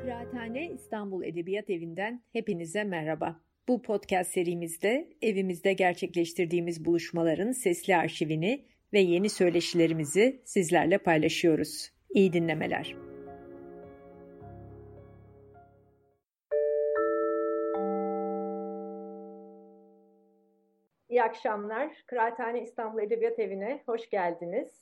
Kıraathane İstanbul Edebiyat Evi'nden hepinize merhaba. Bu podcast serimizde evimizde gerçekleştirdiğimiz buluşmaların sesli arşivini ve yeni söyleşilerimizi sizlerle paylaşıyoruz. İyi dinlemeler. İyi akşamlar. Kıraathane İstanbul Edebiyat Evi'ne hoş geldiniz.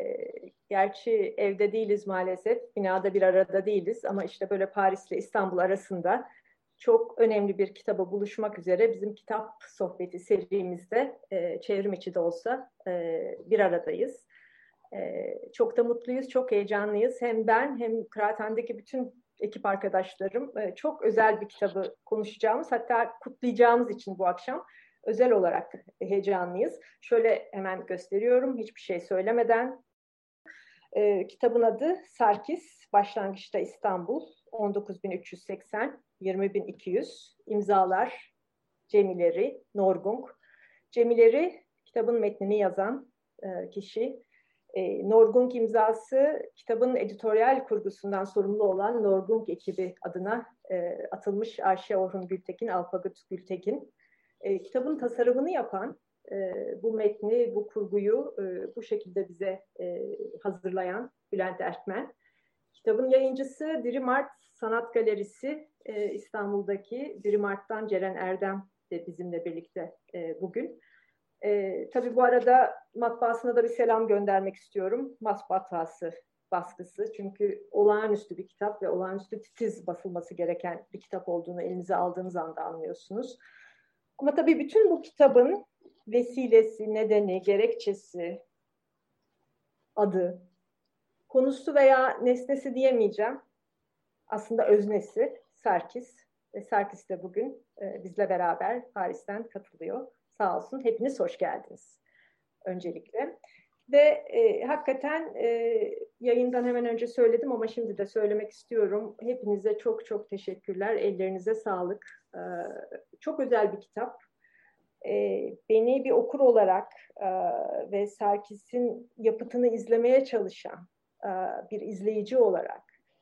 Gerçi evde değiliz maalesef, binada bir arada değiliz ama işte böyle Paris ile İstanbul arasında çok önemli bir kitaba buluşmak üzere bizim kitap sohbeti serimizde çevrim içi de olsa bir aradayız. Çok da mutluyuz, çok heyecanlıyız. Hem ben hem Kıraathane'deki bütün ekip arkadaşlarım çok özel bir kitabı konuşacağımız, hatta kutlayacağımız için bu akşam özel olarak heyecanlıyız. Şöyle hemen gösteriyorum hiçbir şey söylemeden. Kitabın adı Sarkis, Başlangıçta İstanbul, 19.380, 20.200, imzalar Cemileri, Norgung. Cemileri kitabın metnini yazan kişi. Norgung imzası kitabın editoryal kurgusundan sorumlu olan Norgung ekibi adına atılmış Ayşe Orhun Gültekin, Alpagut Gültekin. Kitabın tasarımını yapan, bu metni, bu kurguyu bu şekilde bize hazırlayan Bülent Ertmen. Kitabın yayıncısı Diri Mart Sanat Galerisi, İstanbul'daki Diri Mart'tan Ceren Erdem de bizimle birlikte bugün. Tabii bu arada matbaasına da bir selam göndermek istiyorum. Matbaası baskısı. Çünkü olağanüstü bir kitap ve olağanüstü titiz basılması gereken bir kitap olduğunu elinize aldığınız anda anlıyorsunuz. Ama tabii bütün bu kitabın vesilesi, nedeni, gerekçesi, adı, konusu veya nesnesi diyemeyeceğim. Aslında öznesi Sarkis. Ve Sarkis de bugün bizle beraber Paris'ten katılıyor. Sağ olsun. Hepiniz hoş geldiniz öncelikle. Ve hakikaten yayından hemen önce söyledim ama şimdi de söylemek istiyorum. Hepinize çok çok teşekkürler. Ellerinize sağlık. Çok özel bir kitap. Beni bir okur olarak ve Sarkis'in yapıtını izlemeye çalışan bir izleyici olarak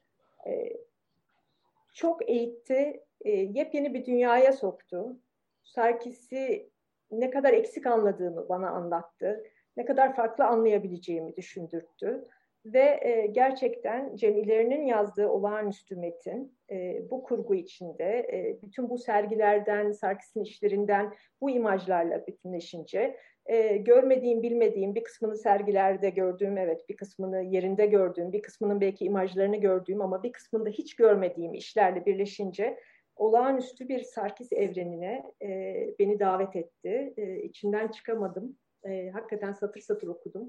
çok eğitti, yepyeni bir dünyaya soktu. Sarkis'i ne kadar eksik anladığımı bana anlattı, ne kadar farklı anlayabileceğimi düşündürttü. Ve gerçekten Cemiler'in yazdığı olağanüstü metin bu kurgu içinde bütün bu sergilerden, Sarkis'in işlerinden bu imajlarla bütünleşince görmediğim, bilmediğim bir kısmını sergilerde gördüğüm, evet bir kısmını yerinde gördüğüm, bir kısmının belki imajlarını gördüğüm ama bir kısmını da hiç görmediğim işlerle birleşince olağanüstü bir Sarkis evrenine beni davet etti. İçinden çıkamadım. Hakikaten satır satır okudum.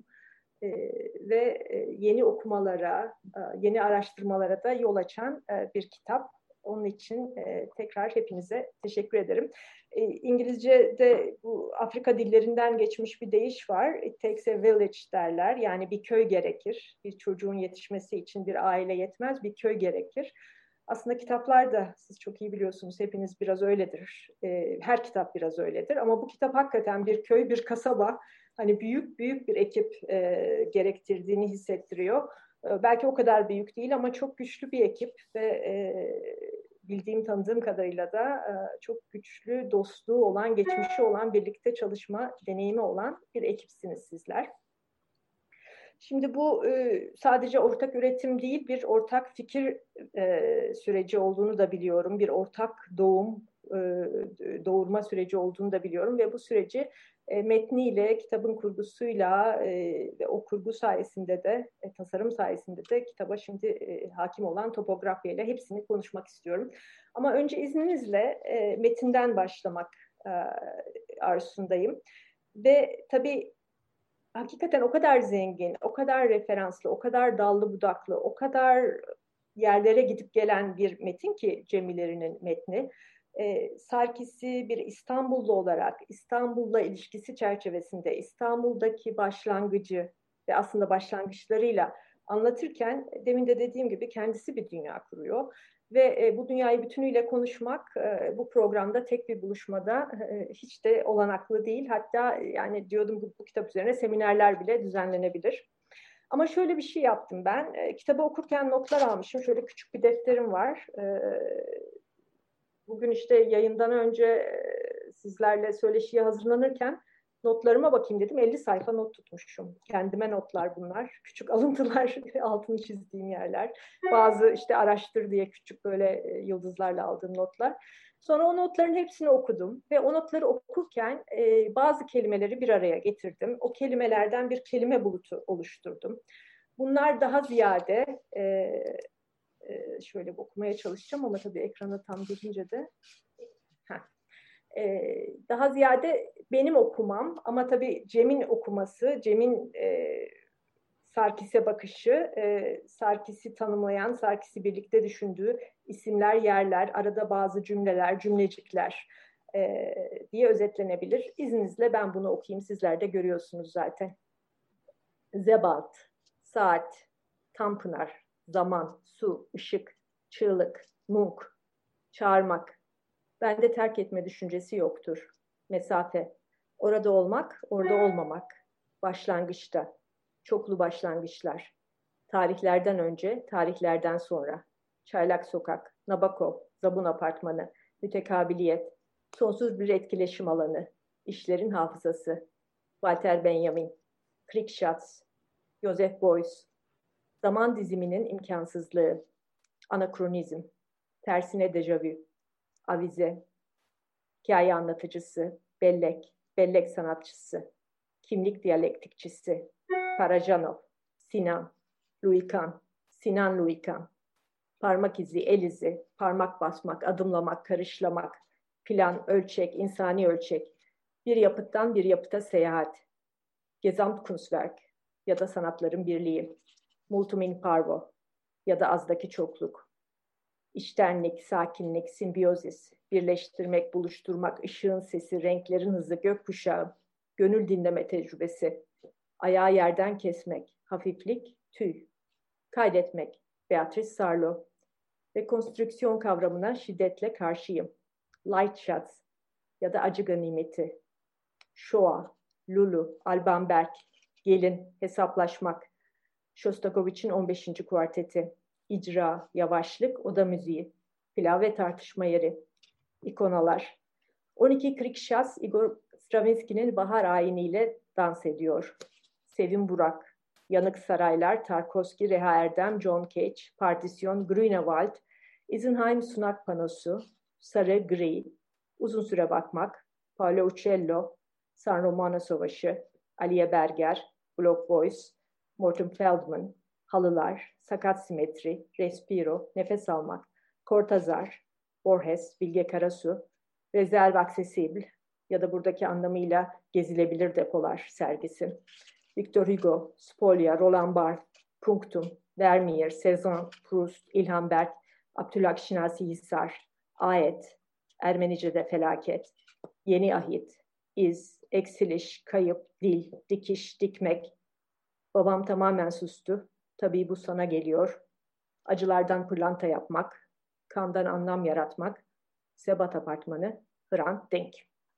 Ve yeni okumalara, yeni araştırmalara da yol açan bir kitap. Onun için tekrar hepinize teşekkür ederim. İngilizce'de bu Afrika dillerinden geçmiş bir deyiş var. It takes a village derler. Yani bir köy gerekir. Bir çocuğun yetişmesi için bir aile yetmez, bir köy gerekir. Aslında kitaplar da siz çok iyi biliyorsunuz, hepiniz biraz öyledir. Her kitap biraz öyledir. Ama bu kitap hakikaten bir köy, bir kasaba, hani büyük büyük bir ekip gerektirdiğini hissettiriyor. Belki o kadar büyük değil ama çok güçlü bir ekip ve bildiğim, tanıdığım kadarıyla da çok güçlü dostluğu olan, geçmişi olan, birlikte çalışma deneyimi olan bir ekipsiniz sizler. Şimdi bu sadece ortak üretim değil, bir ortak fikir süreci olduğunu da biliyorum. Bir ortak doğurma süreci olduğunu da biliyorum ve bu süreci metniyle, kitabın kurgusuyla ve o kurgu sayesinde de, tasarım sayesinde de kitaba şimdi hakim olan topografyayla hepsini konuşmak istiyorum. Ama önce izninizle metinden başlamak arzusundayım. Ve tabii hakikaten o kadar zengin, o kadar referanslı, o kadar dallı budaklı, o kadar yerlere gidip gelen bir metin ki Cemiler'in metni. Sarkis'i bir İstanbullu olarak, İstanbul'la ilişkisi çerçevesinde, İstanbul'daki başlangıcı ve aslında başlangıçlarıyla anlatırken demin de dediğim gibi kendisi bir dünya kuruyor. Ve bu dünyayı bütünüyle konuşmak bu programda tek bir buluşmada hiç de olanaklı değil. Hatta yani diyordum bu kitap üzerine seminerler bile düzenlenebilir. Ama şöyle bir şey yaptım ben. Kitabı okurken notlar almışım. Şöyle küçük bir defterim var. Bugün işte yayından önce sizlerle söyleşiye hazırlanırken notlarıma bakayım dedim. 50 sayfa not tutmuşum. Kendime notlar bunlar. Küçük alıntılar, altını çizdiğim yerler. Bazı işte araştır diye küçük böyle yıldızlarla aldığım notlar. Sonra o notların hepsini okudum ve o notları okurken bazı kelimeleri bir araya getirdim. O kelimelerden bir kelime bulutu oluşturdum. Bunlar daha ziyade şöyle okumaya çalışacağım ama tabii ekrana tam gelince de daha ziyade benim okumam ama tabii Cem'in okuması, Cem'in Sarkis'e bakışı, Sarkis'i tanımlayan, Sarkis'i birlikte düşündüğü isimler, yerler, arada bazı cümleler, cümlecikler diye özetlenebilir. İzninizle ben bunu okuyayım. Sizler de görüyorsunuz zaten. Zebat, saat, Tanpınar, zaman, su, ışık, çığlık, munk, çağırmak. Bende terk etme düşüncesi yoktur. Mesafe, orada olmak, orada olmamak. Başlangıçta, çoklu başlangıçlar. Tarihlerden önce, tarihlerden sonra. Çaylak sokak, Nabokov, Zabun apartmanı, mütekabiliyet, sonsuz bir etkileşim alanı, işlerin hafızası. Walter Benjamin, Kriegschatz, Joseph Beuys, zaman diziminin imkansızlığı, anakronizm, tersine dejavu, avize, hikaye anlatıcısı, bellek, bellek sanatçısı, kimlik diyalektikçisi, Parajanov, Sinan, Louis Kahn, Sinan Louis Kahn, parmak izi, el izi, parmak basmak, adımlamak, karışlamak, plan, ölçek, insani ölçek, bir yapıttan bir yapıta seyahat, Gesamtkunstwerk ya da sanatların birliği, multum in parvo ya da azdaki çokluk, İçtenlik, sakinlik, simbiyozis, birleştirmek, buluşturmak, ışığın sesi, renklerin hızı, gökkuşağı, gönül dinleme tecrübesi, ayağı yerden kesmek, hafiflik, tüy, kaydetmek, Beatrice Sarlo, rekonstrüksiyon kavramına şiddetle karşıyım, light shots ya da acı ganimeti, Shoah, Lulu, Alban Berg, gelin, hesaplaşmak, Shostakovich'in 15. kuarteti, icra, yavaşlık, oda müziği, pilav ve tartışma yeri, ikonalar. 12 Krikşas, Igor Stravinsky'nin Bahar ayiniyle dans ediyor. Sevim Burak, Yanık Saraylar, Tarkovski, Reha Erdem, John Cage, Partisyon, Grünewald, Isenheim Sunak Panosu, Sarı, Gri, Uzun Süre Bakmak, Paolo Uccello, San Romano Savaşı, Aliye Berger, Block Boys, Morton Feldman, Halılar, Sakat Simetri, Respiro, Nefes Almak, Cortazar, Borges, Bilge Karasu, Rezerv Accessible ya da buradaki anlamıyla gezilebilir depolar sergisi. Victor Hugo, Spolia, Roland Barthes, Punctum, Vermeer, Cezanne, Proust, İlhan Berk, Abdülhak Şinasi Hisar, Ayet, Ermenice'de felaket, Yeni Ahit, İz, Eksiliş, Kayıp, Dil, Dikiş, Dikmek. Babam tamamen sustu. Tabii bu sana geliyor. Acılardan pırlanta yapmak, kandan anlam yaratmak, Sebat Apartmanı, Hrant Dink.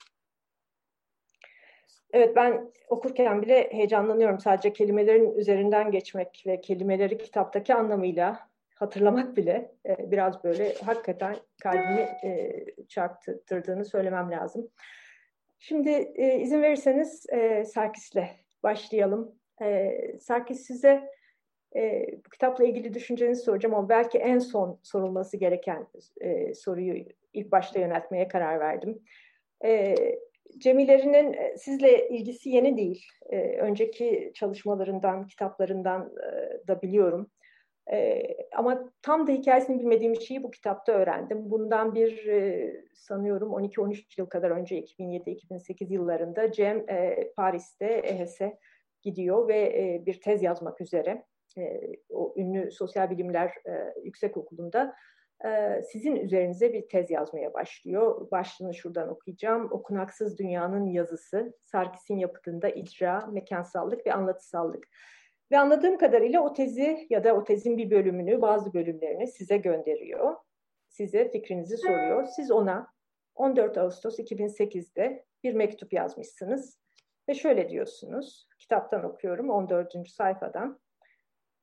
Evet, ben okurken bile heyecanlanıyorum. Sadece kelimelerin üzerinden geçmek ve kelimeleri kitaptaki anlamıyla hatırlamak bile biraz böyle hakikaten kalbimi çarptırdığını söylemem lazım. Şimdi izin verirseniz Sarkis'le başlayalım. Sarkis, size bu kitapla ilgili düşüncenizi soracağım ama belki en son sorulması gereken soruyu ilk başta yöneltmeye karar verdim. Cemile'nin sizle ilgisi yeni değil. Önceki çalışmalarından, kitaplarından da biliyorum. Ama tam da hikayesini bilmediğim şeyi bu kitapta öğrendim. Bundan sanıyorum 12-13 yıl kadar önce, 2007-2008 yıllarında Cem Paris'te EHS'e gidiyor ve bir tez yazmak üzere. O ünlü Sosyal Bilimler Yüksekokulu'nda sizin üzerinize bir tez yazmaya başlıyor. Başlığını şuradan okuyacağım. Okunaksız Dünyanın Yazısı, Sarkis'in yapıtında icra, mekansallık ve anlatısallık. Ve anladığım kadarıyla o tezi ya da o tezin bir bölümünü, bazı bölümlerini size gönderiyor. Size fikrinizi soruyor. Siz ona 14 Ağustos 2008'de bir mektup yazmışsınız. Ve şöyle diyorsunuz, kitaptan okuyorum 14. sayfadan.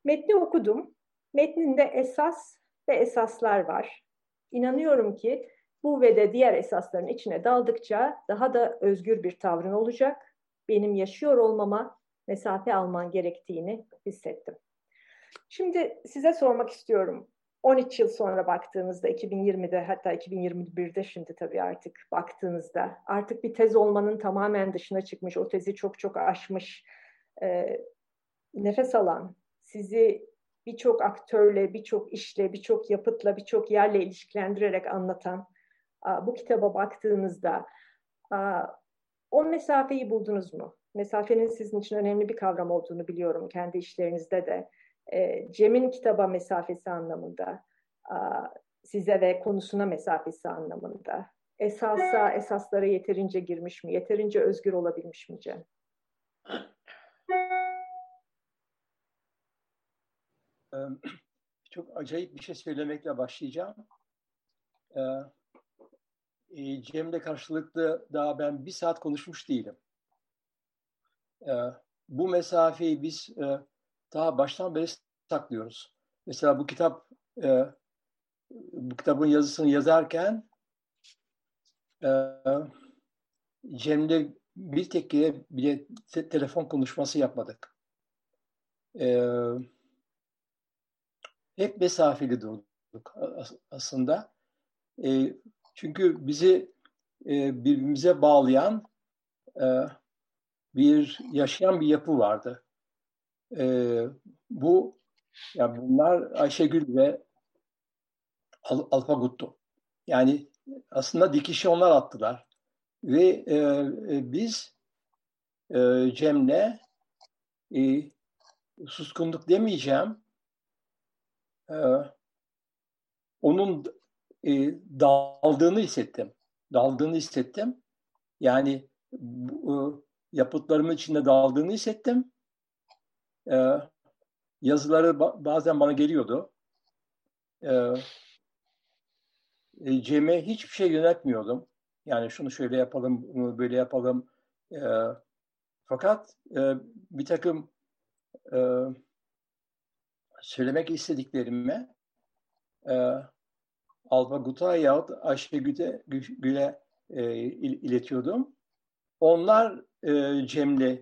Metni okudum. Metninde esas ve esaslar var. İnanıyorum ki bu ve de diğer esasların içine daldıkça daha da özgür bir tavrın olacak. Benim yaşıyor olmama mesafe alman gerektiğini hissettim. Şimdi size sormak istiyorum. 13 yıl sonra baktığınızda 2020'de hatta 2021'de şimdi tabii artık baktığınızda artık bir tez olmanın tamamen dışına çıkmış, o tezi çok çok aşmış, e, nefes alan, sizi birçok aktörle, birçok işle, birçok yapıtla, birçok yerle ilişkilendirerek anlatan bu kitaba baktığınızda o mesafeyi buldunuz mu? Mesafenin sizin için önemli bir kavram olduğunu biliyorum kendi işlerinizde de. Cem'in kitaba mesafesi anlamında, size ve konusuna mesafesi anlamında. Esaslara yeterince girmiş mi? Yeterince özgür olabilmiş mi Cem? Çok acayip bir şey söylemekle başlayacağım. Cem'le karşılıklı daha ben 1 saat konuşmuş değilim. Bu mesafeyi biz daha baştan beri saklıyoruz. Mesela bu kitabın yazısını yazarken Cem'le bir tek kere bile telefon konuşması yapmadık. Hep mesafeli durduk aslında. Çünkü bizi birbirimize bağlayan yaşayan bir yapı vardı. Bunlar Ayşegül ve Alfa Guttu. Yani aslında dikişi onlar attılar. Ve biz Cem'le suskunduk demeyeceğim. Onun daldığını hissettim. Daldığını hissettim. Yani yapıtlarımın içinde daldığını hissettim. Yazıları bazen bana geliyordu. Cem'e hiçbir şey yönetmiyordum. Yani şunu şöyle yapalım, bunu böyle yapalım. Fakat bir takım söylemek istediklerimi Alfa Gut'a yahut Ayşegül'e iletiyordum. Onlar Cem'le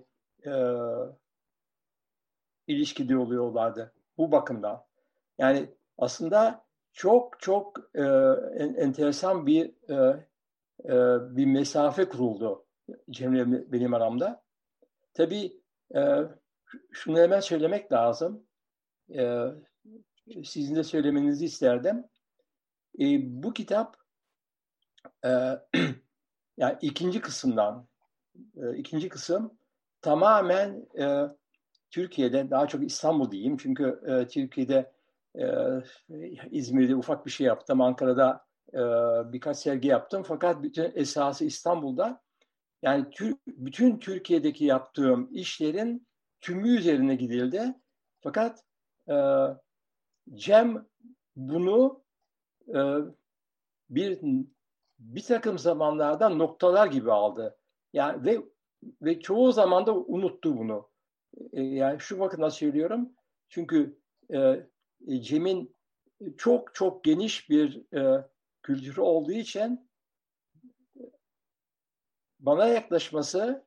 ilişkide oluyorlardı bu bakımdan. Yani aslında çok çok enteresan bir mesafe kuruldu Cem'le benim aramda. Tabii şunu hemen söylemek lazım. Sizin de söylemenizi isterdim. Bu kitap yani ikinci kısım tamamen Türkiye'de, daha çok İstanbul diyeyim. Çünkü Türkiye'de İzmir'de ufak bir şey yaptım. Ankara'da birkaç sergi yaptım. Fakat bütün esası İstanbul'da. Yani bütün Türkiye'deki yaptığım işlerin tümü üzerine gidildi. Fakat Cem bunu e, bir bir takım zamanlarda noktalar gibi aldı. Yani ve çoğu zaman da unuttu bunu. Yani şu bakımdan söylüyorum. Çünkü Cem'in çok çok geniş bir kültürü olduğu için bana yaklaşması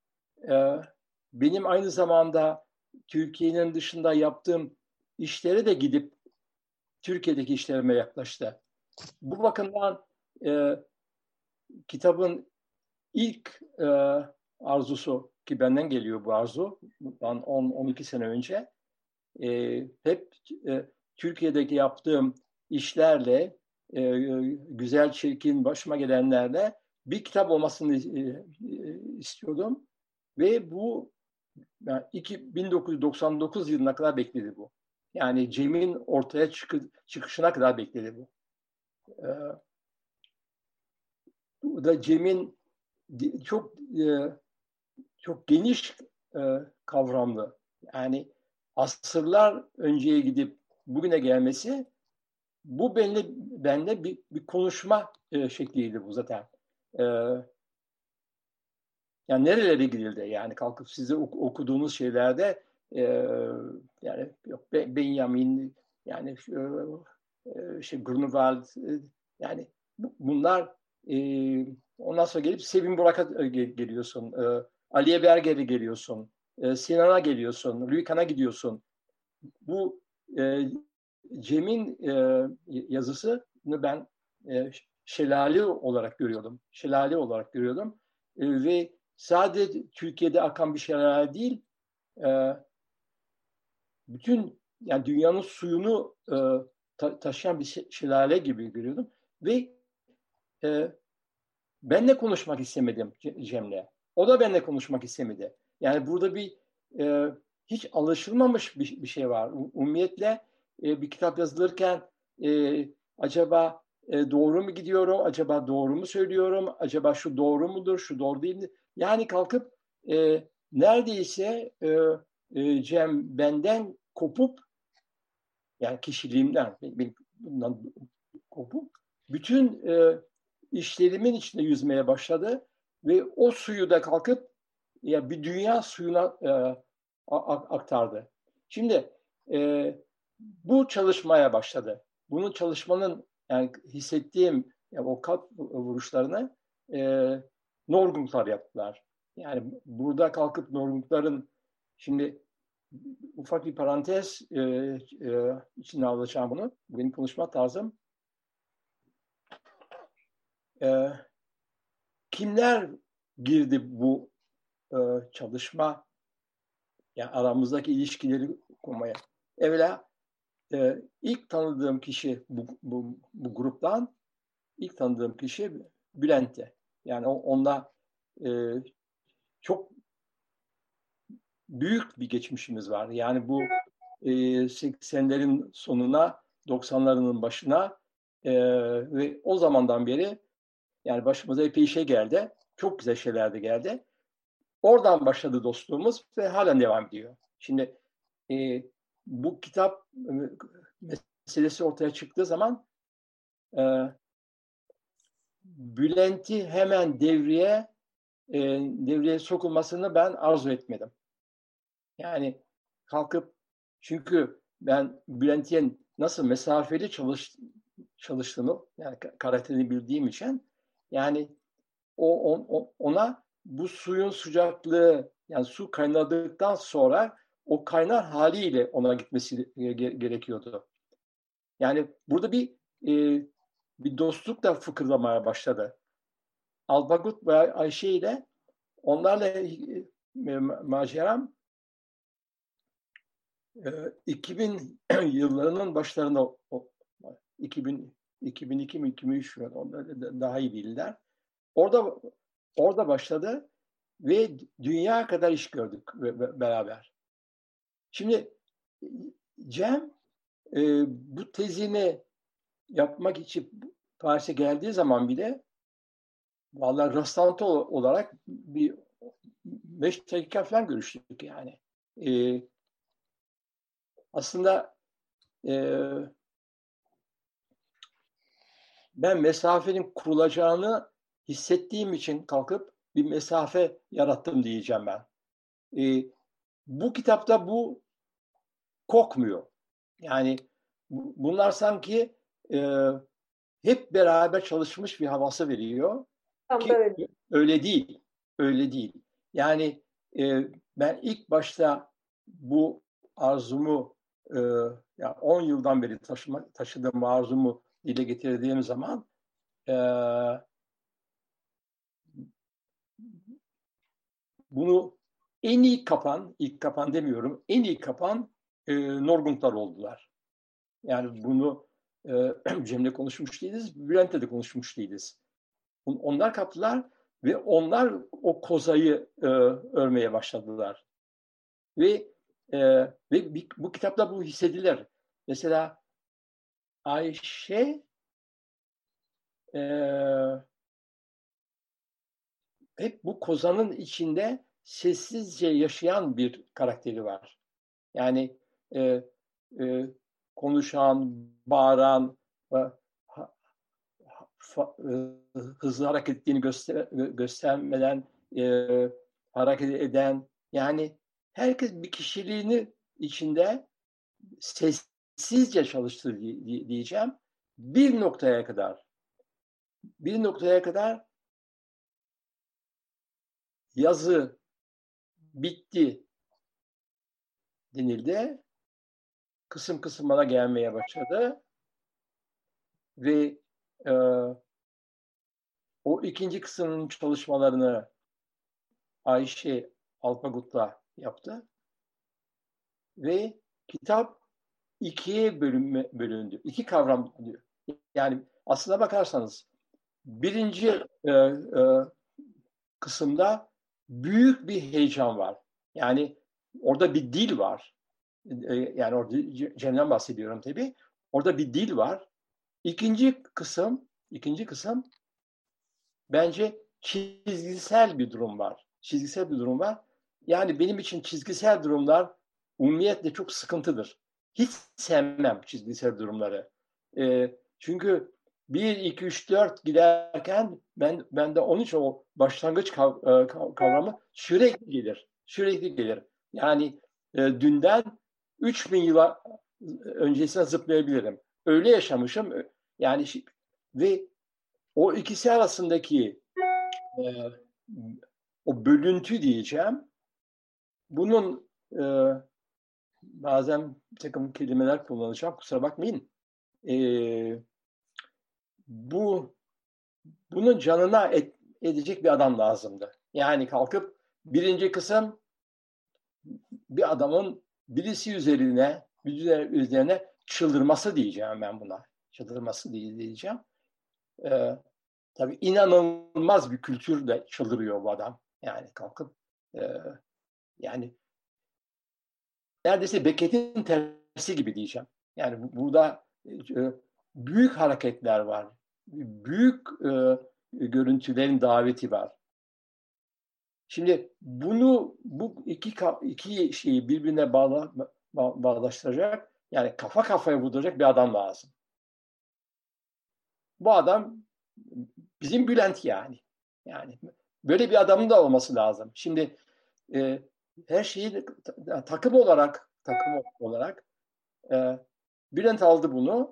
benim aynı zamanda Türkiye'nin dışında yaptığım işlere de gidip Türkiye'deki işlerime yaklaştı. Bu bakımdan kitabın ilk arzusu ki benden geliyor bu arzu, 10-12 sene önce hep Türkiye'deki yaptığım işlerle, güzel çirkin başıma gelenlerle bir kitap olmasını istiyordum. Ve bu yani 1999 yılına kadar bekledi bu. Yani Cem'in ortaya çıkışına kadar bekledi bu. Bu da Cem'in çok çok geniş kavramlı. Yani asırlar önceye gidip bugüne gelmesi bu benle bir konuşma şekliydi bu zaten. Yani nerelere gidildi? Yani kalkıp size okuduğunuz şeylerde e, yani yok Benjamin, yani Grunewald, yani bunlar, ondan sonra gelip Sevim Burak'a geliyorsun, Aliye Berger'e geliyorsun, Sinan'a geliyorsun, Rüykan'a gidiyorsun. Bu Cem'in yazısını ben şelale olarak görüyordum. Şelale olarak görüyordum. Ve sadece Türkiye'de akan bir şelale değil, bütün, yani dünyanın suyunu taşıyan bir şelale gibi görüyordum. Ve benle konuşmak istemedim Cem'le. O da benle konuşmak istemedi. Yani burada bir hiç alışılmamış bir şey var. Umumiyetle bir kitap yazılırken acaba doğru mu gidiyorum? Acaba doğru mu söylüyorum? Acaba şu doğru mudur? Şu doğru değil mi? Yani kalkıp neredeyse Cem benden kopup, yani kişiliğimden, bundan kopup bütün işlerimin içinde yüzmeye başladı ve o suyu da kalkıp ya bir dünya suyuna aktardı. Şimdi bu çalışmaya başladı. Bunun çalışmanın, yani hissettiğim, yani o kalp vuruşlarını Norgunglar yaptılar. Yani burada kalkıp Norgungların, şimdi ufak bir parantez içinde alacağım bunu. Benim konuşma tarzım. Kimler girdi bu çalışma, yani aramızdaki ilişkileri kurmaya? Evvela ilk tanıdığım kişi bu gruptan, ilk tanıdığım kişi Bülent'ti. Yani onunla çok büyük bir geçmişimiz var. Yani bu 80'lerin sonuna, 90'ların başına ve o zamandan beri yani başımıza epey şey geldi. Çok güzel şeyler de geldi. Oradan başladı dostluğumuz ve halen devam ediyor. Şimdi bu kitap meselesi ortaya çıktığı zaman Bülent'i hemen devreye sokulmasını ben arzu etmedim. Yani kalkıp, çünkü ben Bülent'in nasıl mesafeli çalıştığını, yani karakterini bildiğim için, yani ona bu suyun sıcaklığı, yani su kaynadıktan sonra o kaynar haliyle ona gitmesi gerekiyordu. Yani burada bir dostluk da fıkırlamaya başladı. Alpagut ve Ayşe ile onlarla maceram 2000 yıllarının başlarında, 2000, 2002 mi 2003 mi, daha iyi bilirler. Orada başladı ve dünya kadar iş gördük beraber. Şimdi Cem bu tezini yapmak için Paris'e geldiği zaman bile vallahi rastlantı olarak bir 5 dakika falan görüştük yani. Aslında ben mesafenin kurulacağını hissettiğim için kalkıp bir mesafe yarattım diyeceğim ben. Bu kitapta bu kokmuyor. Yani bunlar sanki hep beraber çalışmış bir havası veriyor. Tam da Ki öyle. öyle değil. Öyle değil. Yani ben ilk başta bu arzumu, yani 10 yıldan beri taşıdığım arzumu dile getirdiğim zaman bunu en iyi kapan, ilk kapan demiyorum, en iyi kapan Norgunglar oldular. Yani bunu Cem'le konuşmuş değiliz, Bülent'le de konuşmuş değiliz. Onlar kaptılar ve onlar o kozayı örmeye başladılar. Ve bu kitapta bu hissedilir. Mesela Ayşe hep bu kozanın içinde sessizce yaşayan bir karakteri var. Yani konuşan, bağıran, hızlı hareket ettiğini göstermeden hareket eden, yani herkes bir kişiliğini içinde sessizce çalıştı diyeceğim. Bir noktaya kadar yazı bitti denildi. Kısım kısım bana gelmeye başladı ve o ikinci kısmın çalışmalarını Ayşe Alpagut'la yaptı ve kitap ikiye bölündü. İki kavram diyor. Yani aslına bakarsanız birinci kısımda büyük bir heyecan var. Yani orada bir dil var. Yani orada Cem'den bahsediyorum tabii. Orada bir dil var. İkinci kısım bence çizgisel bir durum var. Çizgisel bir durum var. Yani benim için çizgisel durumlar umumiyetle çok sıkıntıdır. Hiç sevmem çizgisel durumları. Çünkü 1, 2, 3, 4 giderken ben de onun için o başlangıç kavramı sürekli gelir. Sürekli gelir. Yani dünden 3000 yıla öncesine zıplayabilirim. Öyle yaşamışım. Yani ve o ikisi arasındaki o bölüntü diyeceğim. Bunun bazen bir takım kelimeler kullanacağım. Kusura bakmayın. Bunun canına edecek bir adam lazımdı. Yani kalkıp birinci kısım bir adamın birisi üzerine çıldırması diyeceğim ben buna. Çıldırması diyeceğim. Tabii inanılmaz bir kültürle çıldırıyor bu adam. Yani kalkıp yani neredeyse Beckett'in tersi gibi diyeceğim. Yani burada büyük hareketler var. Büyük görüntülerin daveti var. Şimdi bu iki şeyi birbirine bağdaştıracak, yani kafa kafaya vuracak bir adam lazım. Bu adam bizim Bülent yani. Yani böyle bir adamın da olması lazım. Şimdi her şeyi takım olarak Bülent aldı bunu.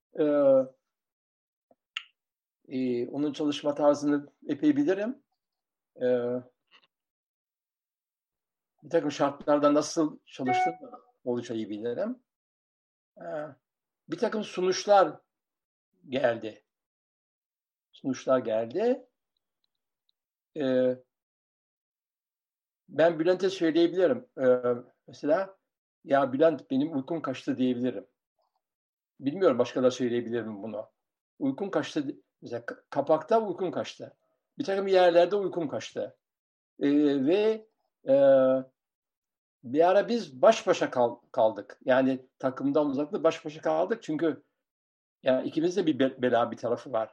Onun çalışma tarzını epey bilirim. Bir takım şartlarda nasıl çalıştığını olacağı bilirim. Bir takım sonuçlar geldi. Ben Bülent'e söyleyebilirim. Mesela ya Bülent benim uykum kaçtı diyebilirim. Bilmiyorum başka da söyleyebilir mi bunu. Uykum kaçtı. Mesela kapakta uykum kaçtı. Bir takım yerlerde uykum kaçtı. Ve bir ara biz baş başa kaldık. Yani takımdan uzakta baş başa kaldık. Çünkü yani ikimizde bir bela bir tarafı var.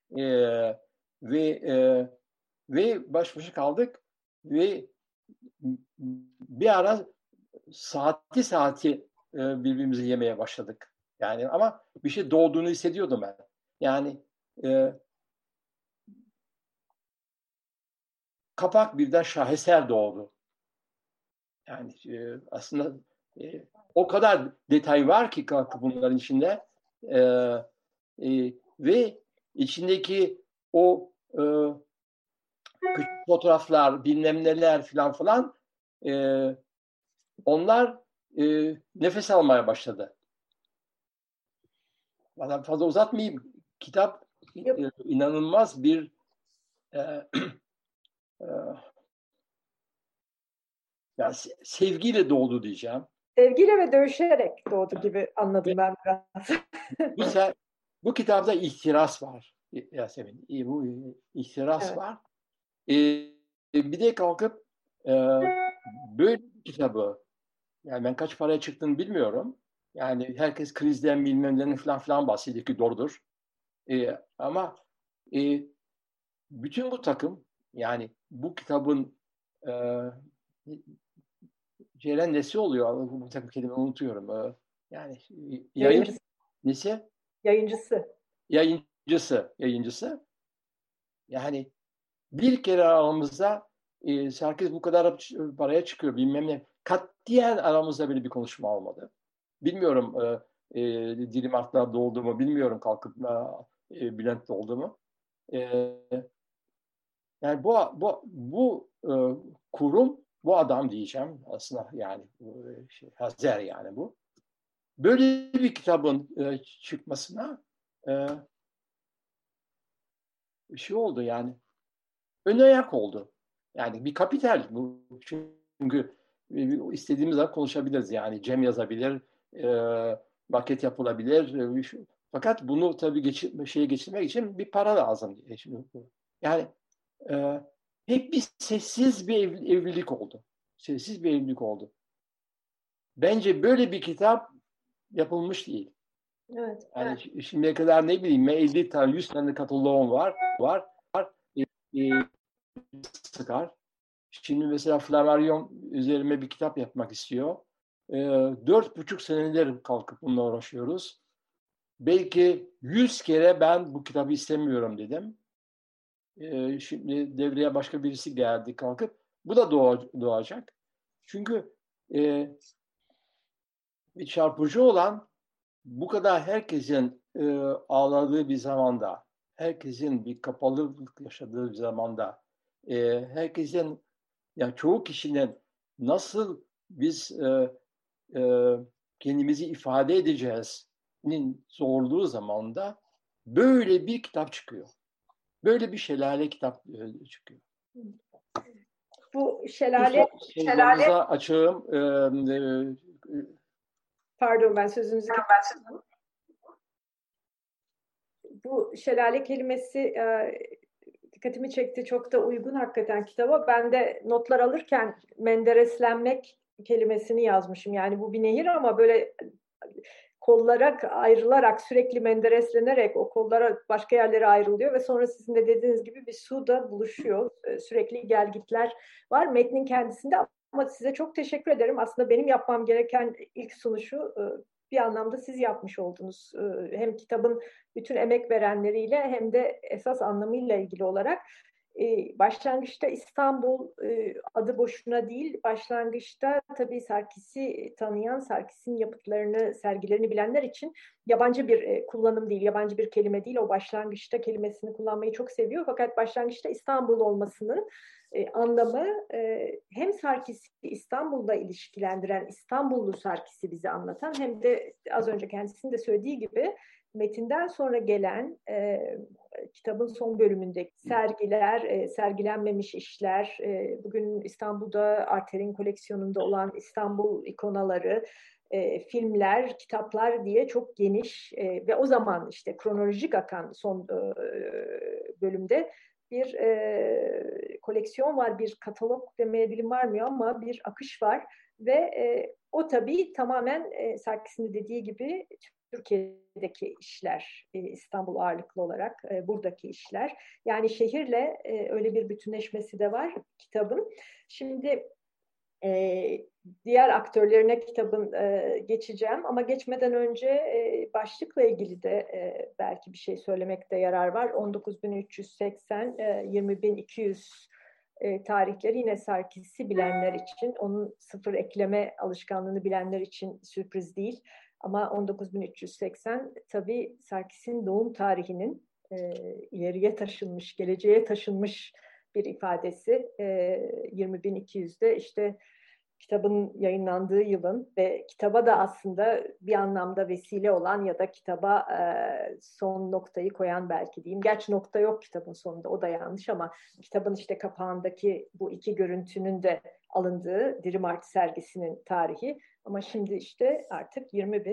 Ve baş başa kaldık ve bir ara saati birbirimizi yemeye başladık. Yani ama bir şey doğduğunu hissediyordum ben. Yani kapak birden şaheser doğdu. Yani aslında o kadar detay var ki bunların içinde ve içindeki o küçük fotoğraflar, bilmem neler falan onlar nefes almaya başladı. Bana fazla uzatmayayım. Kitap inanılmaz bir yani sevgiyle doğdu diyeceğim. Sevgiyle ve dövüşerek doğdu gibi anladım ben biraz. Bu kitapta ihtiras var Yasemin. Bu ihtiras Evet. var. Bir de kalkıp böyle bir kitabı, yani ben kaç paraya çıktığını bilmiyorum. Yani herkes krizden bilmem neden falan bahsediyor ki doğrudur. Ama bütün bu takım, yani bu kitabın Ceren nesi oluyor? Bu takım kelimeyi unutuyorum. Yani Yayıncısı. nesi? Yayıncısı. Yayıncısı. Yani bir kere aramızda herkes bu kadar paraya çıkıyor bilmem ne. katiyen aramızda böyle bir konuşma olmadı. Bilmiyorum dilim atlarda oldu mu, bilmiyorum kalkıp Bülent'te oldu mu. Yani bu kurum, bu adam diyeceğim aslında, yani Hazer, yani bu. Böyle bir kitabın çıkmasına şey oldu yani, ön ayak oldu. Yani bir kapital bu. Çünkü istediğimiz zaman konuşabiliriz. Yani Cem yazabilir, maket yapılabilir. Fakat bunu tabii şeye geçirmek için bir para lazım. Şimdi, yani hep bir sessiz bir evlilik oldu. Sessiz bir evlilik oldu. Bence böyle bir kitap yapılmış değil. Evet. Yani şimdiye kadar ne bileyim 50 tane 100 tane kataloğum var. Sıkar. Şimdi mesela Flammarion üzerime bir kitap yapmak istiyor. 4,5 senedir kalkıp bununla uğraşıyoruz. Belki 100 kere ben bu kitabı istemiyorum dedim. Şimdi devreye başka birisi geldi kalkıp. Bu da doğacak. Çünkü bir çarpıcı olan, bu kadar herkesin ağladığı bir zamanda, herkesin bir kapalılık yaşadığı bir zamanda, herkesin, yani çoğu kişinin nasıl biz kendimizi ifade edeceğiz'nin zorluğu zamanda böyle bir kitap çıkıyor. Böyle bir şelale kitap çıkıyor. Bu şelale açığım. Pardon, ben sözünüzü kestim. Bu şelale kelimesi dikkatimi çekti. Çok da uygun hakikaten kitaba. Ben de notlar alırken mendereslenmek kelimesini yazmışım. Yani bu bir nehir ama böyle kollara ayrılarak, sürekli mendereslenerek o kollara başka yerlere ayrılıyor ve sonra sizin de dediğiniz gibi bir su da buluşuyor. Sürekli gelgitler var metnin kendisinde, ama size çok teşekkür ederim. Aslında benim yapmam gereken ilk sunuşu bir anlamda siz yapmış oldunuz. Hem kitabın bütün emek verenleriyle hem de esas anlamıyla ilgili olarak. Başlangıçta İstanbul adı boşuna değil. Başlangıçta tabii Sarkis'i tanıyan, Sarkis'in yapıtlarını, sergilerini bilenler için yabancı bir kullanım değil, yabancı bir kelime değil. O başlangıçta kelimesini kullanmayı çok seviyor. Fakat başlangıçta İstanbul olmasının anlamı hem Sarkis'i İstanbul'da ilişkilendiren, İstanbullu Sarkis'i bize anlatan, hem de az önce kendisinin de söylediği gibi metinden sonra gelen kitabın son bölümündeki sergiler, sergilenmemiş işler, bugün İstanbul'da Arter'in koleksiyonunda olan İstanbul ikonaları, filmler, kitaplar diye çok geniş ve o zaman işte kronolojik akan son bölümde bir koleksiyon var, bir katalog demeye dilim varmıyor ama bir akış var ve o tabii tamamen Sarkis'in dediği gibi Türkiye'deki işler, İstanbul ağırlıklı olarak buradaki işler. Yani şehirle öyle bir bütünleşmesi de var kitabın. Şimdi diğer aktörlerine kitabın geçeceğim ama geçmeden önce başlıkla ilgili de belki bir şey söylemekte yarar var. 19.380, 20.200 tarihleri yine Sarkis'i bilenler için, onun sıfır ekleme alışkanlığını bilenler için sürpriz değil. Ama 19.380 tabii Sarkis'in doğum tarihinin ileriye taşınmış, geleceğe taşınmış bir ifadesi. 20.200'de işte kitabın yayınlandığı yılın ve kitaba da aslında bir anlamda vesile olan ya da kitaba son noktayı koyan belki diyeyim. Gerçi nokta yok kitabın sonunda, o da yanlış, ama kitabın işte kapağındaki bu iki görüntünün de alındığı Dirim Art sergisinin tarihi. Ama şimdi işte artık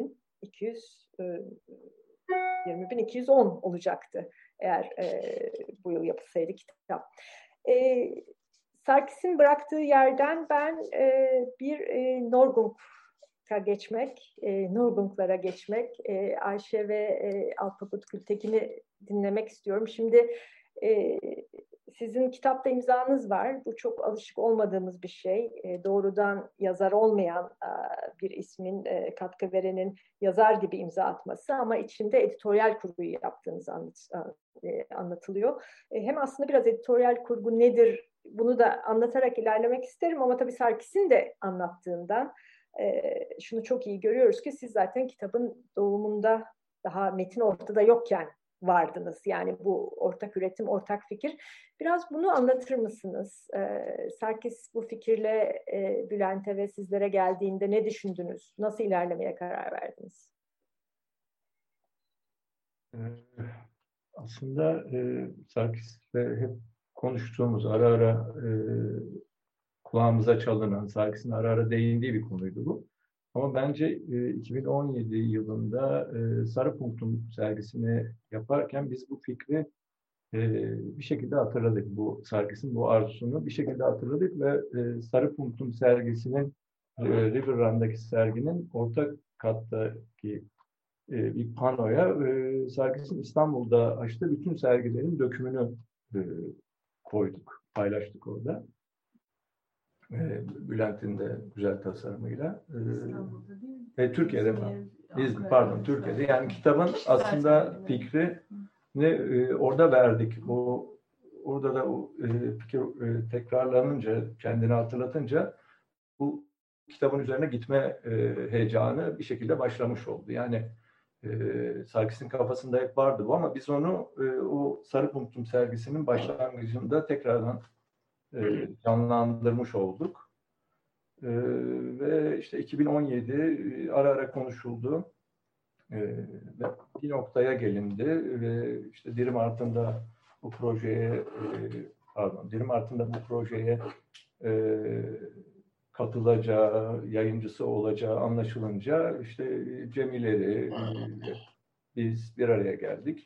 20.210 olacaktı eğer bu yıl yapılsaydı kitap. Sarkis'in bıraktığı yerden ben bir Norgung'a geçmek, Norgung'lara geçmek, Ayşe ve Alpaput Gültekin'i dinlemek istiyorum. Şimdi sizin kitapta imzanız var. Bu çok alışık olmadığımız bir şey. Doğrudan yazar olmayan bir ismin, katkı verenin yazar gibi imza atması, ama içinde editoryal kurguyu yaptığınız anlatılıyor. Hem aslında biraz editoryal kurgu nedir bunu da anlatarak ilerlemek isterim ama tabii Sarkis'in de anlattığından şunu çok iyi görüyoruz ki siz zaten kitabın doğumunda daha metin ortada yokken vardınız. Yani bu ortak üretim, ortak fikir. Biraz bunu anlatır mısınız? Sarkis bu fikirle Bülent'e ve sizlere geldiğinde ne düşündünüz? Nasıl ilerlemeye karar verdiniz? Aslında Sarkis'le hep konuştuğumuz, ara ara kulağımıza çalınan, Sarkis'in ara ara değindiği bir konuydu bu. Ama bence 2017 yılında Sarı Punktum sergisini yaparken biz bu fikri bir şekilde hatırladık. Bu Sarkis'in bu arzusunu bir şekilde hatırladık ve Sarı Punktum sergisinin River Run'daki serginin ortak kattaki bir panoya Sarkis'in İstanbul'da açtığı bütün sergilerin dökümünü koyduk, paylaştık orada. Bülent'in de güzel tasarımıyla. İstanbul'da değil. Türkiye'de pardon Türkiye'de. Yani kitabın aslında fikri orada verdik. Orada da o fikir tekrarlanınca, kendini hatırlatınca bu kitabın üzerine gitme heyecanı bir şekilde başlamış oldu. Yani Sarkis'in kafasında hep vardı bu ama biz onu o Sarı Punktum sergisinin başlangıcında tekrardan canlandırmış olduk. Ve işte 2017 ara ara konuşuldu ve bir noktaya gelindi ve işte Dirim Art'ında bu projeye katılacağı, yayıncısı olacağı anlaşılınca işte Cemileri biz bir araya geldik.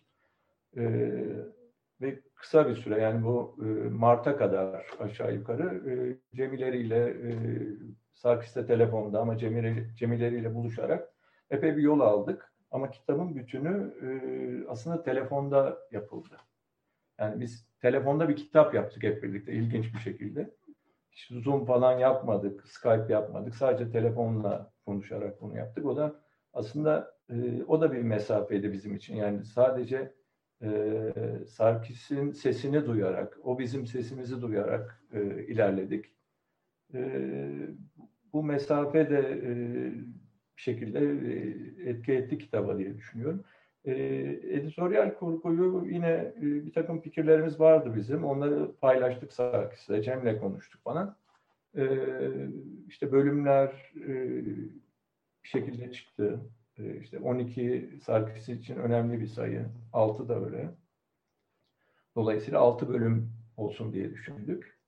Ve kısa bir süre yani bu Mart'a kadar aşağı yukarı Cemileri ile Sarkis'te telefonda ama Cemileri ile buluşarak epey bir yol aldık. Ama kitabın bütünü aslında telefonda yapıldı. Yani biz telefonda bir kitap yaptık hep birlikte ilginç bir şekilde. Hiç Zoom falan yapmadık, Skype yapmadık. Sadece telefonla konuşarak bunu yaptık. O da aslında o da bir mesafeydi bizim için. Yani sadece Sarkis'in sesini duyarak, o bizim sesimizi duyarak ilerledik. Bu mesafe de bir şekilde etki etti kitaba diye düşünüyorum. Editoryal kurguyu yine bir takım fikirlerimiz vardı bizim. Onları paylaştık Sarkis'le, Cem'le konuştuk falan. İşte bölümler bir şekilde çıktı. İşte 12 Sarkis için önemli bir sayı. 6 da öyle. Dolayısıyla 6 bölüm olsun diye düşündük.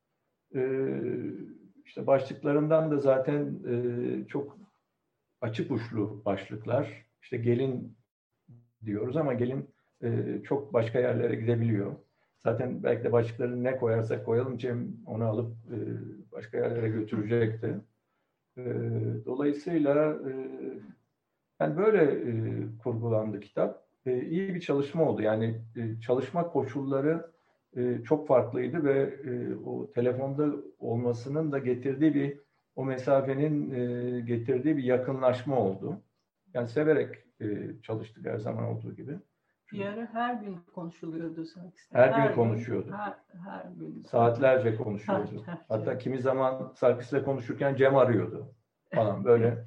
İşte başlıklarından da zaten çok açık uçlu başlıklar. İşte gelin diyoruz ama gelin çok başka yerlere gidebiliyor. Zaten belki de başlıklarını ne koyarsak koyalım Cem onu alıp başka yerlere götürecekti. Dolayısıyla yani böyle kurgulandı kitap. İyi bir çalışma oldu. Yani çalışma koşulları çok farklıydı ve o telefonda olmasının da getirdiği o mesafenin getirdiği bir yakınlaşma oldu. Yani severek çalıştık her zaman olduğu gibi. Bir ara her gün konuşuluyordu sanki. Her gün konuşuyordu. Her gün. Saatlerce konuşuyordu. Hatta kimi zaman Sarkis'le konuşurken Cem arıyordu falan böyle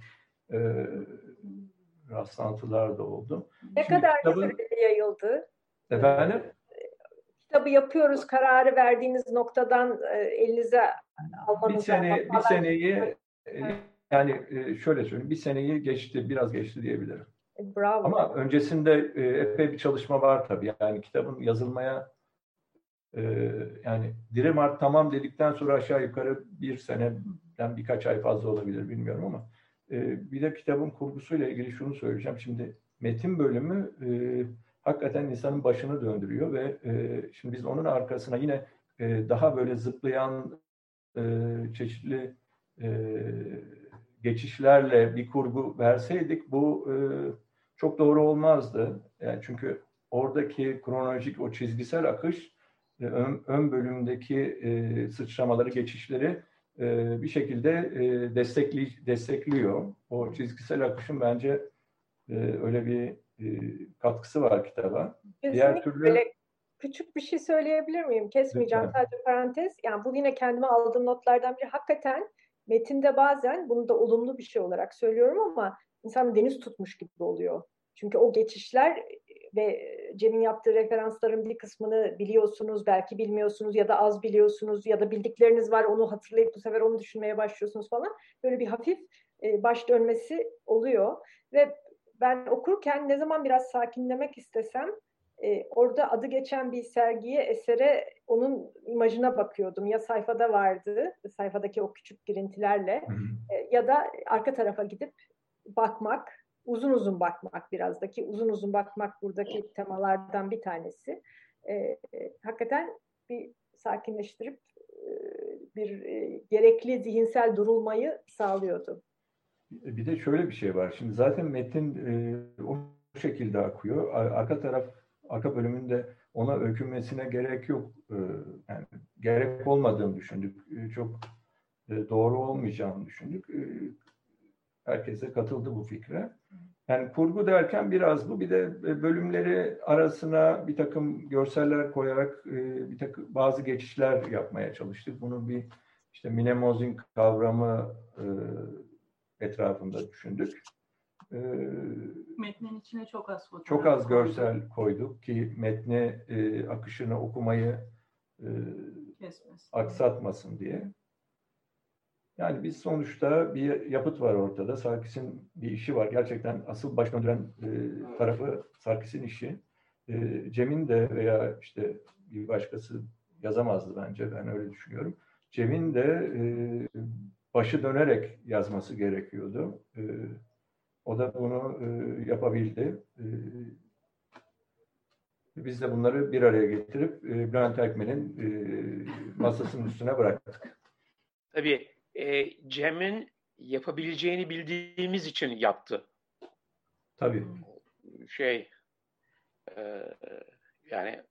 rastlantılar da oldu. Ne Şimdi kadar kitabın... sürede yayıldı? Efendim? Kitabı yapıyoruz kararı verdiğiniz noktadan elinize almanıza. Bir seneyi yani şöyle söyleyeyim, bir seneyi geçti, biraz geçti diyebilirim. Bravo. Ama öncesinde epey bir çalışma var tabii. Yani kitabın yazılmaya yani Dirim Art tamam dedikten sonra aşağı yukarı bir seneden birkaç ay fazla olabilir bilmiyorum ama bir de kitabın kurgusuyla ilgili şunu söyleyeceğim. Şimdi metin bölümü hakikaten insanın başını döndürüyor ve şimdi biz onun arkasına yine daha böyle zıplayan çeşitli geçişlerle bir kurgu verseydik bu çok doğru olmazdı. Yani çünkü oradaki kronolojik o çizgisel akış ön bölümdeki sıçramaları, geçişleri bir şekilde destekliyor. O çizgisel akışın bence öyle bir katkısı var kitaba. Diğer türlü öyle. küçük bir şey söyleyebilir miyim? Kesmeyeceğim, Lütfen. sadece parantez. Yani bu yine kendime aldığım notlardan biri. Hakikaten metinde bazen, bunu da olumlu bir şey olarak söylüyorum ama insan deniz tutmuş gibi oluyor. Çünkü o geçişler ve Cem'in yaptığı referansların bir kısmını biliyorsunuz, belki bilmiyorsunuz ya da az biliyorsunuz ya da bildikleriniz var, onu hatırlayıp bu sefer onu düşünmeye başlıyorsunuz falan. Böyle bir hafif baş dönmesi oluyor ve ben okurken ne zaman biraz sakinlemek istesem orada adı geçen bir sergiye, esere, onun imajına bakıyordum. Ya sayfada vardı, sayfadaki o küçük girintilerle ya da arka tarafa gidip bakmak, uzun uzun bakmak, birazdaki uzun uzun bakmak buradaki temalardan bir tanesi. Hakikaten bir sakinleştirip bir gerekli zihinsel durulmayı sağlıyordu. Bir de şöyle bir şey var. Şimdi zaten metin o şekilde akıyor. Arka bölümünde ona öykünmesine gerek yok. Yani gerek olmadığını düşündük. Çok doğru olmayacağını düşündük. Herkes de katıldı bu fikre. Yani kurgu derken biraz bu. Bir de bölümleri arasına bir takım görseller koyarak bir takım bazı geçişler yapmaya çalıştık. Bunu bir işte mnemosing kavramı etrafında düşündük. Metnin içine çok az fotoğraf Çok az koyduk. görsel koyduk ki metni akışını okumayı aksatmasın diye. Yani biz sonuçta bir yapıt var ortada. Sarkis'in bir işi var. Gerçekten asıl baş döndüren tarafı Sarkis'in işi. Cem'in de veya işte bir başkası yazamazdı bence. Ben öyle düşünüyorum. Cem'in de başı dönerek yazması gerekiyordu. O da bunu yapabildi. Biz de bunları bir araya getirip Bülent Erkmen'in masasının üstüne bıraktık. Tabii Cem'in yapabileceğini bildiğimiz için yaptı. Tabii. Yani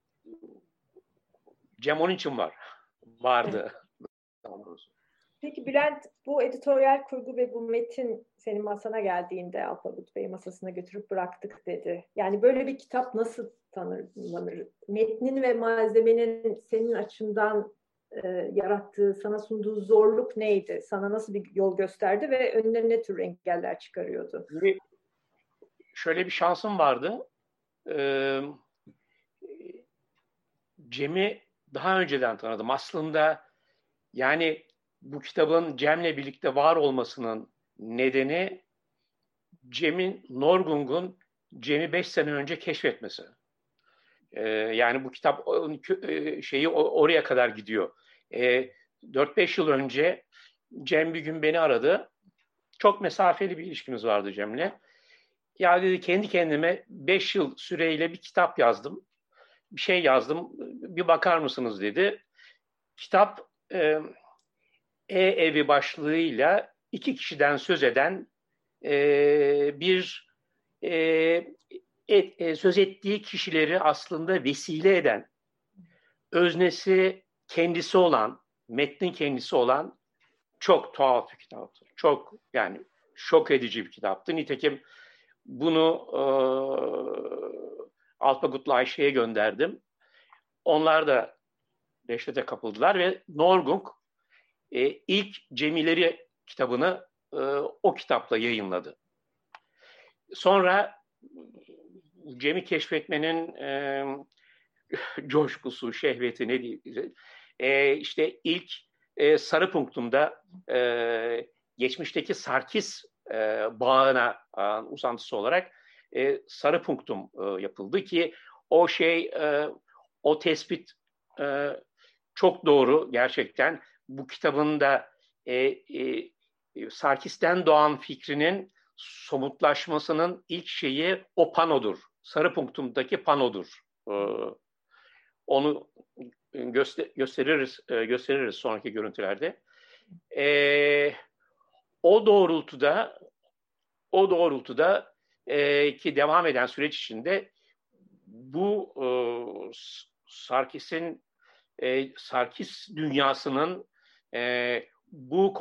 Cem onun için vardı. Peki Bülent, bu editoryal kurgu ve bu metin senin masana geldiğinde Alpagut Bey'i masasına götürüp bıraktık dedi. Yani böyle bir kitap nasıl tanımlanır? Metnin ve malzemenin senin açından yarattığı, sana sunduğu zorluk neydi? Sana nasıl bir yol gösterdi ve önüne ne tür engeller çıkarıyordu? Şöyle bir şansım vardı. Cem'i daha önceden tanıdım. Aslında yani bu kitabın Cem'le birlikte var olmasının nedeni Norgung'un Cem'i 5 sene önce keşfetmesi. Yani bu kitap oraya kadar gidiyor. 4-5 yıl önce Cem bir gün beni aradı. Çok mesafeli bir ilişkimiz vardı Cem'le. Ya dedi, kendi kendime 5 yıl süreyle bir kitap yazdım. Bir şey yazdım. Bir bakar mısınız dedi. Kitap evi başlığıyla 2 kişiden söz eden söz ettiği kişileri aslında vesile eden, öznesi kendisi olan, metnin kendisi olan çok tuhaf bir kitaptı. Çok, yani şok edici bir kitaptı. Nitekim bunu Alpagut'la Ayşe'ye gönderdim. Onlar da dehşete kapıldılar ve Norgung ilk Cemileri kitabını o kitapla yayınladı. Sonra Cem'i keşfetmenin coşkusu, şehveti ne diyeyim, işte ilk Sarı Punktum'da geçmişteki Sarkis bağına uzantısı olarak Sarı Punktum yapıldı ki o tespit çok doğru gerçekten. Bu kitabın da Sarkis'ten doğan fikrinin somutlaşmasının ilk şeyi o panodur. Sarı Punktum'daki panodur. Onu gösteririz sonraki görüntülerde. O doğrultuda ki devam eden süreç içinde bu Sarkis dünyasının bu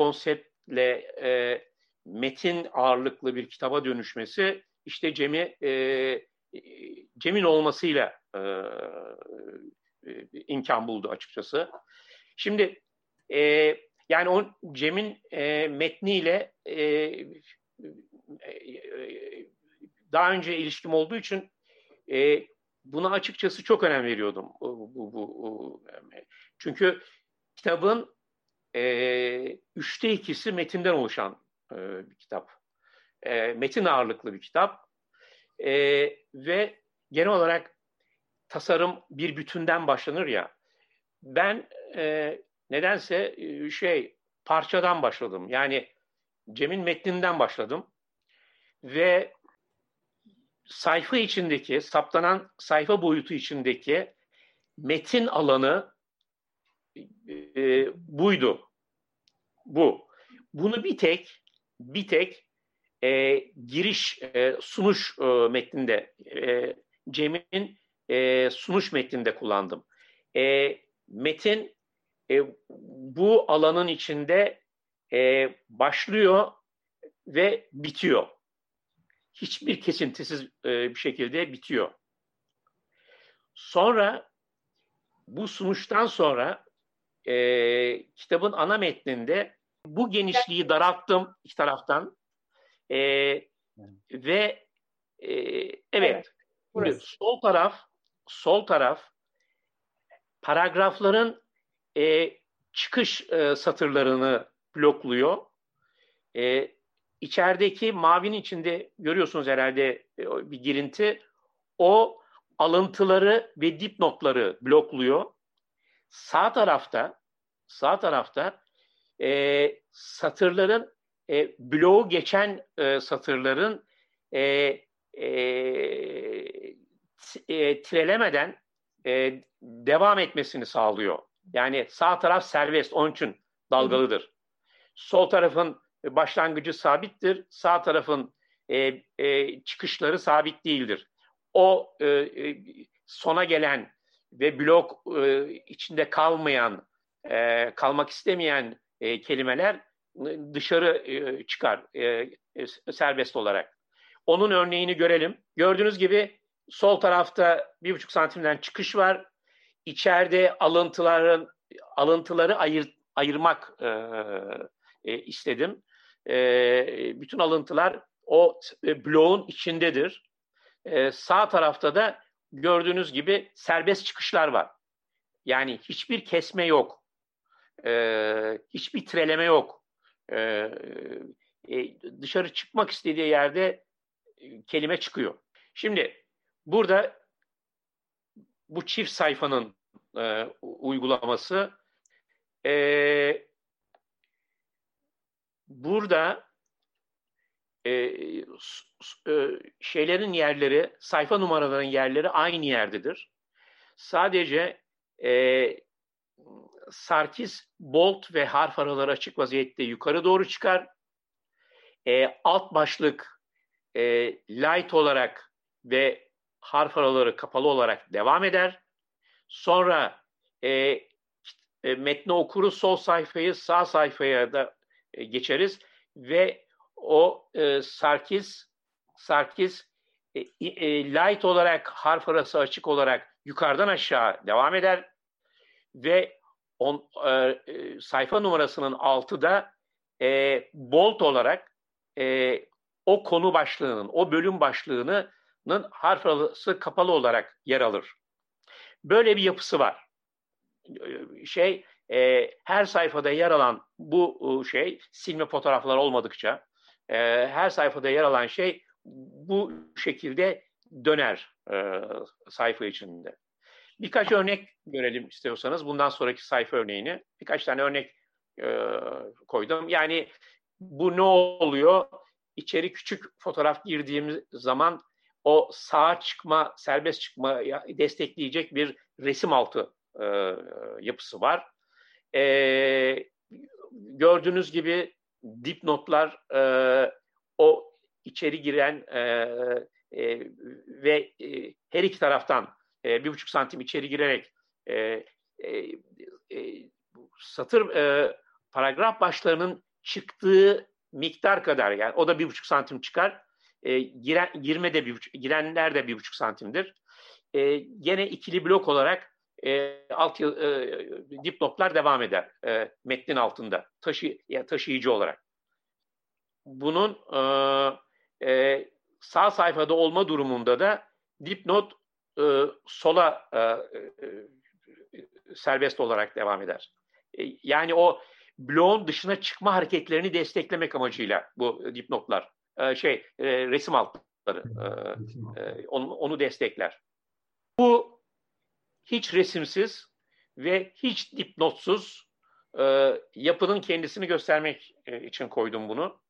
konseptle metin ağırlıklı bir kitaba dönüşmesi işte Cem'i Cem'in olmasıyla imkan buldu açıkçası. Şimdi yani o Cem'in metniyle daha önce ilişkim olduğu için buna açıkçası çok önem veriyordum. Çünkü kitabın 2/3 metinden oluşan bir kitap. Metin ağırlıklı bir kitap. Ve genel olarak tasarım bir bütünden başlanır ya. Ben nedense parçadan başladım. Yani Cem'in metninden başladım. Ve sayfa içindeki, saptanan sayfa boyutu içindeki metin alanı buydu. Bu. Bunu bir tek giriş, sunuş metninde, Cem'in sunuş metninde kullandım. Metin bu alanın içinde başlıyor ve bitiyor. Hiçbir kesintisiz bir şekilde bitiyor. Sonra bu sunuştan sonra kitabın ana metninde bu genişliği daralttım iki taraftan ve evet. Şimdi sol taraf paragrafların çıkış satırlarını blokluyor. İçerideki mavinin içinde görüyorsunuz herhalde bir girinti. O alıntıları ve dipnotları blokluyor. Sağ tarafta satırların bloğu geçen satırların tirelemeden devam etmesini sağlıyor. Yani sağ taraf serbest, onun için dalgalıdır. Sol tarafın başlangıcı sabittir, sağ tarafın çıkışları sabit değildir. O sona gelen ve blok içinde kalmak istemeyen kelimeler dışarı çıkar serbest olarak. Onun örneğini görelim. Gördüğünüz gibi sol tarafta 1,5 santimden çıkış var. İçeride alıntıları ayırmak istedim. Bütün alıntılar o bloğun içindedir. Sağ tarafta da gördüğünüz gibi serbest çıkışlar var. Yani hiçbir kesme yok. Hiçbir tireleme yok. Dışarı çıkmak istediği yerde kelime çıkıyor. Şimdi burada bu çift sayfanın uygulaması burada şeylerin yerleri, sayfa numaralarının yerleri aynı yerdedir. Sadece Sarkis bold ve harf araları açık vaziyette yukarı doğru çıkar. Alt başlık light olarak ve harf araları kapalı olarak devam eder. Sonra metni okuruz, sol sayfayı sağ sayfaya da geçeriz ve o Sarkis light olarak harf arası açık olarak yukarıdan aşağı devam eder ve sayfa numarasının altı da bold olarak o konu başlığının, o bölüm başlığının harf arası kapalı olarak yer alır. Böyle bir yapısı var. Her sayfada yer alan bu silme fotoğraflar olmadıkça her sayfada yer alan şey bu şekilde döner sayfa içinde. Birkaç örnek görelim istiyorsanız. Bundan sonraki sayfa örneğini. Birkaç tane örnek koydum. Yani bu ne oluyor? İçeri küçük fotoğraf girdiğimiz zaman o sağa çıkma, serbest çıkma destekleyecek bir resim altı yapısı var. Gördüğünüz gibi dipnotlar o içeri giren ve her iki taraftan 1,5 santim içeri girerek satır paragraf başlarının çıktığı miktar kadar, yani o da 1,5 santim çıkar. girenler de 1,5 santimdir. Gene ikili blok olarak dipnotlar devam eder metnin altında taşıyıcı olarak. Bunun sağ sayfada olma durumunda da dipnot sola serbest olarak devam eder. Yani o bloğun dışına çıkma hareketlerini desteklemek amacıyla bu dipnotlar resim altları onu destekler. Bu hiç resimsiz ve hiç dipnotsuz yapının kendisini göstermek için koydum bunu.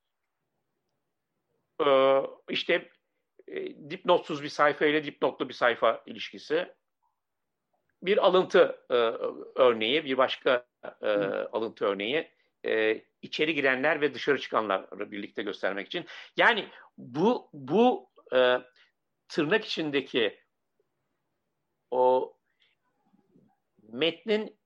İşte dipnotsuz bir sayfa ile dipnotlu bir sayfa ilişkisi. Bir alıntı örneği, bir başka alıntı örneği. İçeri girenler ve dışarı çıkanları birlikte göstermek için. Yani bu tırnak içindeki o metnin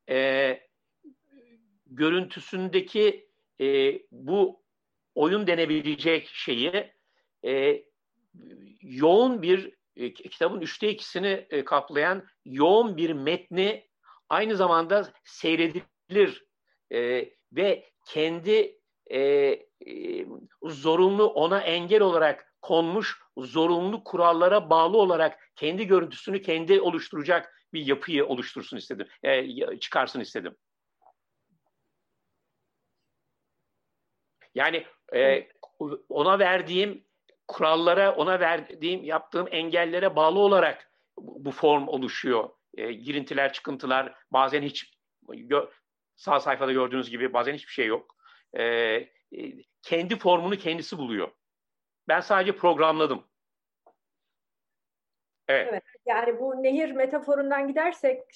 görüntüsündeki bu oyun denebilecek şeyi yoğun bir kitabın 2/3'ünü kaplayan yoğun bir metni aynı zamanda seyredilir ve kendi zorunlu ona engel olarak konmuş zorunlu kurallara bağlı olarak kendi görüntüsünü kendi oluşturacak bir yapıyı oluştursun istedim. Çıkarsın istedim. Yani ona verdiğim kurallara, yaptığım engellere bağlı olarak bu form oluşuyor. Girintiler, çıkıntılar, bazen hiç sağ sayfada gördüğünüz gibi bazen hiçbir şey yok. Kendi formunu kendisi buluyor. Ben sadece programladım. Evet. Yani bu nehir metaforundan gidersek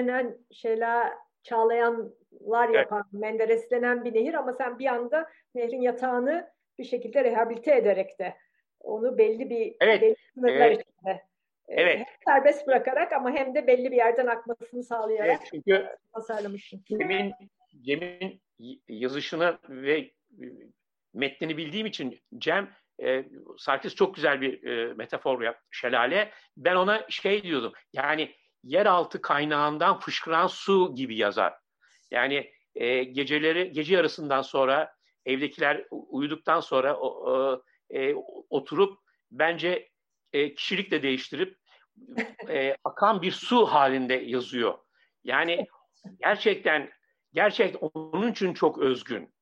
çağlayanlar yapan, mendereslenen bir nehir ama sen bir anda nehrin yatağını bir şekilde rehabilite ederek de onu belli sınırlar içinde hem serbest bırakarak ama hem de belli bir yerden akmasını sağlayarak çünkü tasarlamışsın. Cem'in yazışını ve metnini bildiğim için Cem Sarkis çok güzel bir metafor yaptı, şelale. Ben ona diyordum, yani yeraltı kaynağından fışkıran su gibi yazar. Yani gece yarısından sonra evdekiler uyuduktan sonra oturup bence kişilik de değiştirip akan bir su halinde yazıyor. Yani gerçekten onun için çok özgün.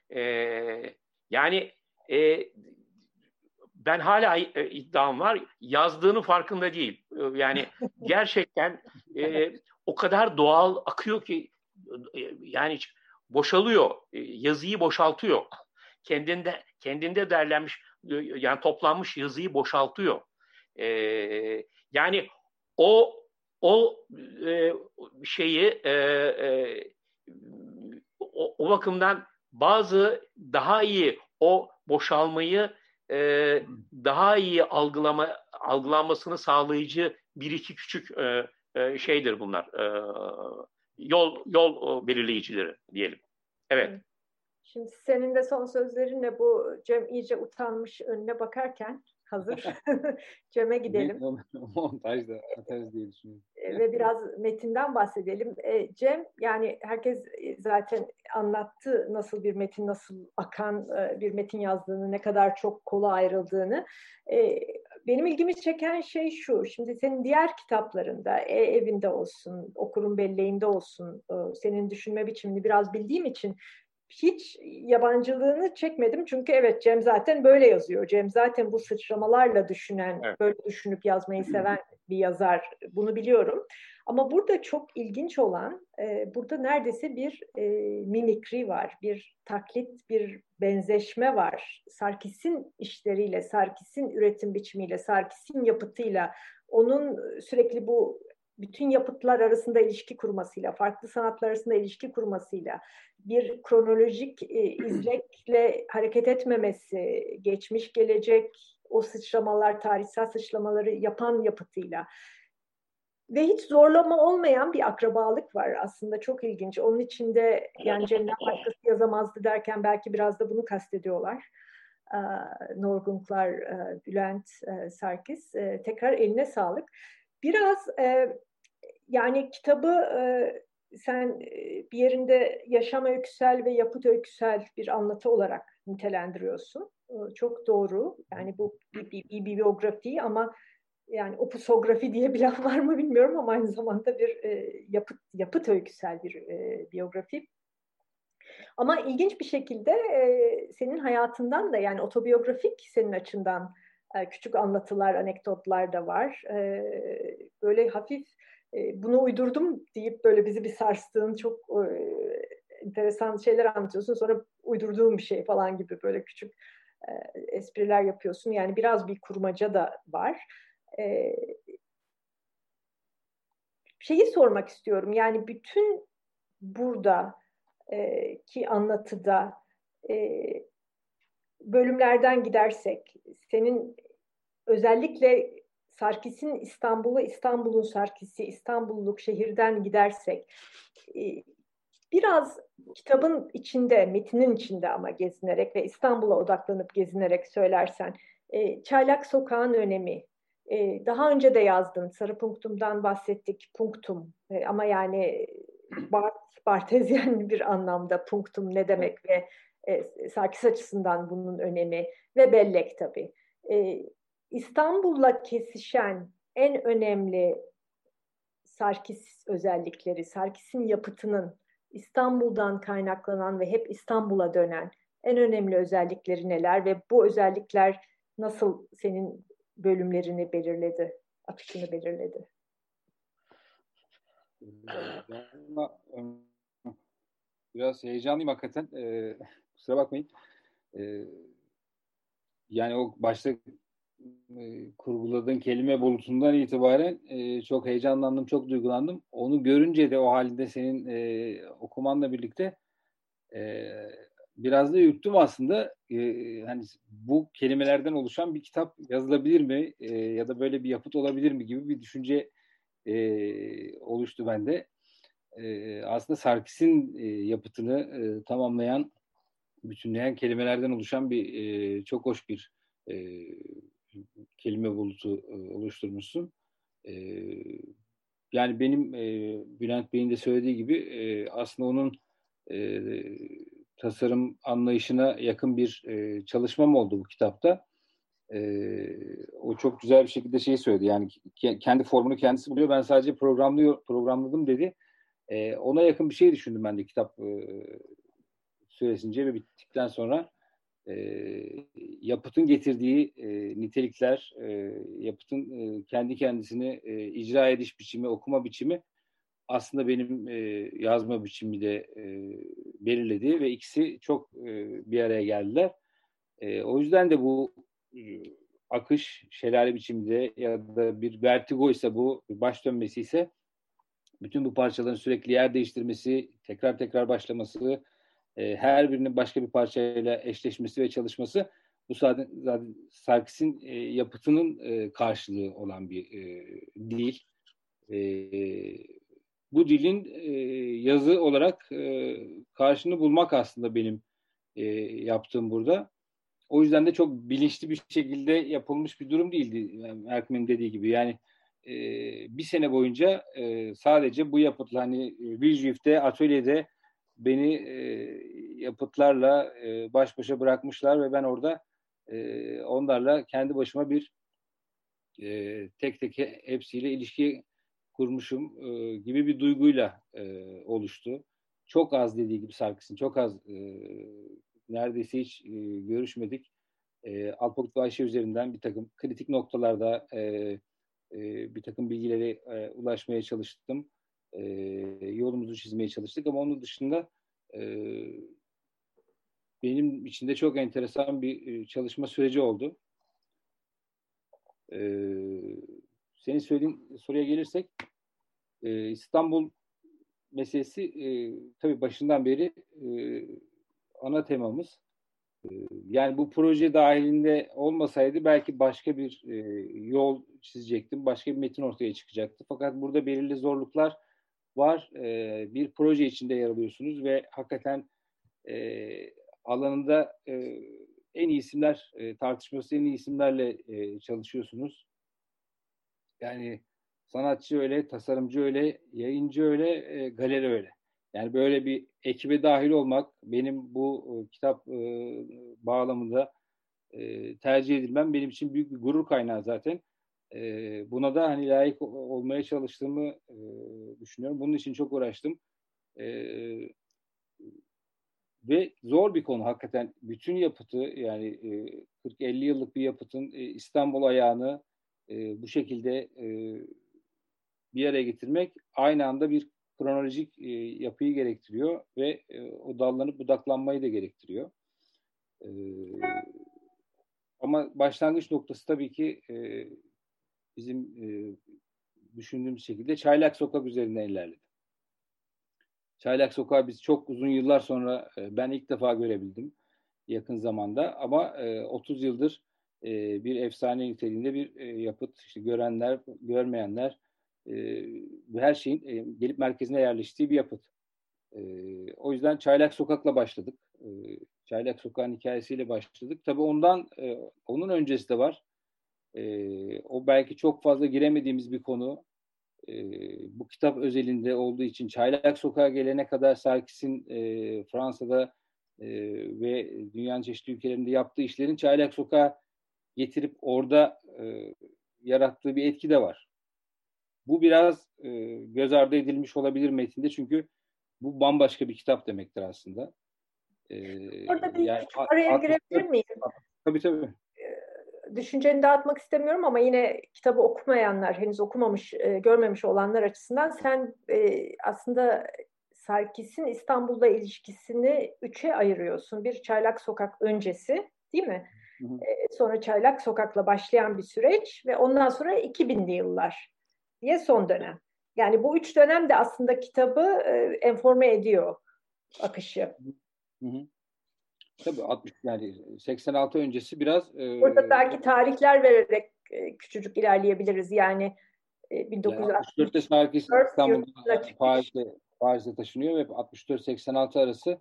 Yani ben hala iddiam var, yazdığının farkında değil. Yani gerçekten o kadar doğal akıyor ki yani boşalıyor, yazıyı boşaltıyor. Kendinde derlenmiş, yani toplanmış yazıyı boşaltıyor. Yani o şeyi o bakımdan bazı daha iyi o boşalmayı daha iyi algılanmasını sağlayıcı bir iki küçük şeydir bunlar. Yol belirleyicileri diyelim. Evet. Şimdi senin de son sözlerinle bu Cem iyice utanmış önüne bakarken hazır Cem'e gidelim. Montajda atarız diye düşünüyorum. Ve biraz metinden bahsedelim. Cem, yani herkes zaten anlattı nasıl bir metin, nasıl akan bir metin yazdığını, ne kadar çok kola ayrıldığını. Benim ilgimi çeken şey şu, şimdi senin diğer kitaplarında, evinde olsun, okurun belleğinde olsun, senin düşünme biçimini biraz bildiğim için hiç yabancılığını çekmedim. Çünkü evet, Cem zaten böyle yazıyor. Cem zaten bu sıçramalarla düşünen, böyle düşünüp yazmayı seven bir yazar. Bunu biliyorum. Ama burada çok ilginç olan, burada neredeyse bir mimikri var. Bir taklit, bir benzeşme var. Sarkis'in işleriyle, Sarkis'in üretim biçimiyle, Sarkis'in yapıtıyla, onun sürekli bu bütün yapıtlar arasında ilişki kurmasıyla, farklı sanatlar arasında ilişki kurmasıyla, bir kronolojik izlekle hareket etmemesi, geçmiş gelecek, o sıçramalar, tarihsel sıçramaları yapan yapıtıyla ve hiç zorlama olmayan bir akrabalık var aslında, çok ilginç. Onun içinde yani Cem'den başkası yazamazdı derken belki biraz da bunu kastediyorlar. Norgunklar, Bülent Sarkis. Tekrar eline sağlık. Biraz yani kitabı sen bir yerinde yaşam öyküsel ve yapıt öyküsel bir anlatı olarak nitelendiriyorsun. Çok doğru. Yani bu bir biyografi ama yani opusografi diye bir laf var mı bilmiyorum ama aynı zamanda bir yapıt öyküsel bir biyografi. Ama ilginç bir şekilde senin hayatından da yani otobiyografik senin açından küçük anlatılar, anekdotlar da var. Böyle hafif bunu uydurdum deyip böyle bizi bir sarstığın çok enteresan şeyler anlatıyorsun. Sonra uydurduğun bir şey falan gibi böyle küçük espriler yapıyorsun. Yani biraz bir kurmaca da var. Şeyi sormak istiyorum. Yani bütün burada ki anlatıda bölümlerden gidersek senin özellikle Sarkis'in İstanbul'u, İstanbul'un Sarkis'i, İstanbulluluk şehirden gidersek biraz kitabın içinde, metnin içinde ama gezinerek ve İstanbul'a odaklanıp gezinerek söylersen Çaylak Sokağı'nın önemi. Daha önce de yazdın. Sarı Punktum'dan bahsettik. Punktum. Ama yani Bartezyen bir anlamda punktum ne demek ve Sarkis açısından bunun önemi ve bellek tabii. İstanbul'la kesişen en önemli Sarkis özellikleri, Sarkis'in yapıtının İstanbul'dan kaynaklanan ve hep İstanbul'a dönen en önemli özellikleri neler ve bu özellikler nasıl senin bölümlerini belirledi, akışını belirledi? Biraz heyecanlıyım hakikaten. Kusura bakmayın. Yani o başta kurguladığın kelime bulutundan itibaren çok heyecanlandım, çok duygulandım. Onu görünce de o halde senin okumanla birlikte biraz da ürktüm aslında. Hani bu kelimelerden oluşan bir kitap yazılabilir mi? Ya da böyle bir yapıt olabilir mi gibi bir düşünce oluştu bende. Aslında Sarkis'in yapıtını tamamlayan, bütünleyen kelimelerden oluşan bir çok hoş bir kelime bulutu oluşturmuşsun. Yani benim Bülent Bey'in de söylediği gibi aslında onun tasarım anlayışına yakın bir çalışmam oldu bu kitapta. O çok güzel bir şekilde şeyi söyledi. Yani kendi formunu kendisi buluyor. Ben sadece programladım dedi. Ona yakın bir şey düşündüm ben de kitap süresince ve bittikten sonra yapıtın getirdiği nitelikler, yapıtın kendi kendisini icra ediş biçimi, okuma biçimi aslında benim yazma biçimi de belirledi ve ikisi çok bir araya geldiler. O yüzden de bu akış, şelale biçiminde ya da bir vertigo ise bu, baş dönmesi ise bütün bu parçaların sürekli yer değiştirmesi, tekrar tekrar başlaması, her birinin başka bir parçayla eşleşmesi ve çalışması bu zaten Sarkis'in yapıtının karşılığı olan bir dil. Bu dilin yazı olarak karşılığını bulmak aslında benim yaptığım burada. O yüzden de çok bilinçli bir şekilde yapılmış bir durum değildi. Yani Erkmen'in dediği gibi. Yani bir sene boyunca sadece bu yapıtla hani Villejuif'te, atölyede beni yapıtlarla baş başa bırakmışlar ve ben orada onlarla kendi başıma bir tek tek hepsiyle ilişki kurmuşum gibi bir duyguyla oluştu. Çok az dediği gibi Sarkis'in çok az neredeyse hiç görüşmedik. Alpokut ve Ayşe üzerinden bir takım kritik noktalarda bir takım bilgilere ulaşmaya çalıştım. Yolumuzu çizmeye çalıştık ama onun dışında benim için de çok enteresan bir çalışma süreci oldu. Senin söylediğin soruya gelirsek İstanbul meselesi tabii başından beri ana temamız. Yani bu proje dahilinde olmasaydı belki başka bir yol çizecektim. Başka bir metin ortaya çıkacaktı. Fakat burada belirli zorluklar var. Bir proje içinde yer alıyorsunuz ve hakikaten alanında en iyi isimler, tartışması en iyi isimlerle çalışıyorsunuz. Yani sanatçı öyle, tasarımcı öyle, yayıncı öyle, galeri öyle. Yani böyle bir ekibe dahil olmak benim bu kitap bağlamında tercih edilmem benim için büyük bir gurur kaynağı zaten. Buna da hani layık olmaya çalıştığımı düşünüyorum. Bunun için çok uğraştım. Ve zor bir konu hakikaten. Bütün yapıtı yani 40-50 yıllık bir yapıtın İstanbul ayağını bu şekilde bir araya getirmek aynı anda bir kronolojik yapıyı gerektiriyor ve o dallanıp budaklanmayı da gerektiriyor. Ama başlangıç noktası tabii ki bizim düşündüğümüz şekilde Çaylak Sokak üzerinden ilerledi. Çaylak Sokağı biz çok uzun yıllar sonra ben ilk defa görebildim yakın zamanda ama 30 yıldır bir efsane niteliğinde bir yapıt. İşte görenler, görmeyenler her şeyin gelip merkezine yerleştiği bir yapıt. O yüzden Çaylak Sokak'la başladık. Çaylak Sokak'ın hikayesiyle başladık. Tabii onun öncesi de var. O belki çok fazla giremediğimiz bir konu. Bu kitap özelinde olduğu için Çaylak Sokak'a gelene kadar Sarkis'in Fransa'da ve dünyanın çeşitli ülkelerinde yaptığı işlerin Çaylak Sokak'a getirip orada yarattığı bir etki de var. Bu biraz göz ardı edilmiş olabilir metinde çünkü bu bambaşka bir kitap demektir aslında. Orada bir küçük araya girebilir miyim? Tabii. Düşünceni dağıtmak istemiyorum ama yine kitabı okumayanlar, henüz okumamış, görmemiş olanlar açısından sen aslında Sarkis'in İstanbul'la ilişkisini üçe ayırıyorsun. Bir Çaylak Sokak öncesi, değil mi? Hı hı. Sonra Çaylak Sokak'la başlayan bir süreç ve ondan sonra 2000'li yıllar diye son dönem. Yani bu üç dönem de aslında kitabı enforme ediyor akışı. Hı hı. Tabii 60 yani 86 öncesi biraz burada belki tarihler vererek küçücük ilerleyebiliriz. Yani 1964'te Sarkis İstanbul'da Paris'e taşınıyor ve 64-86 arası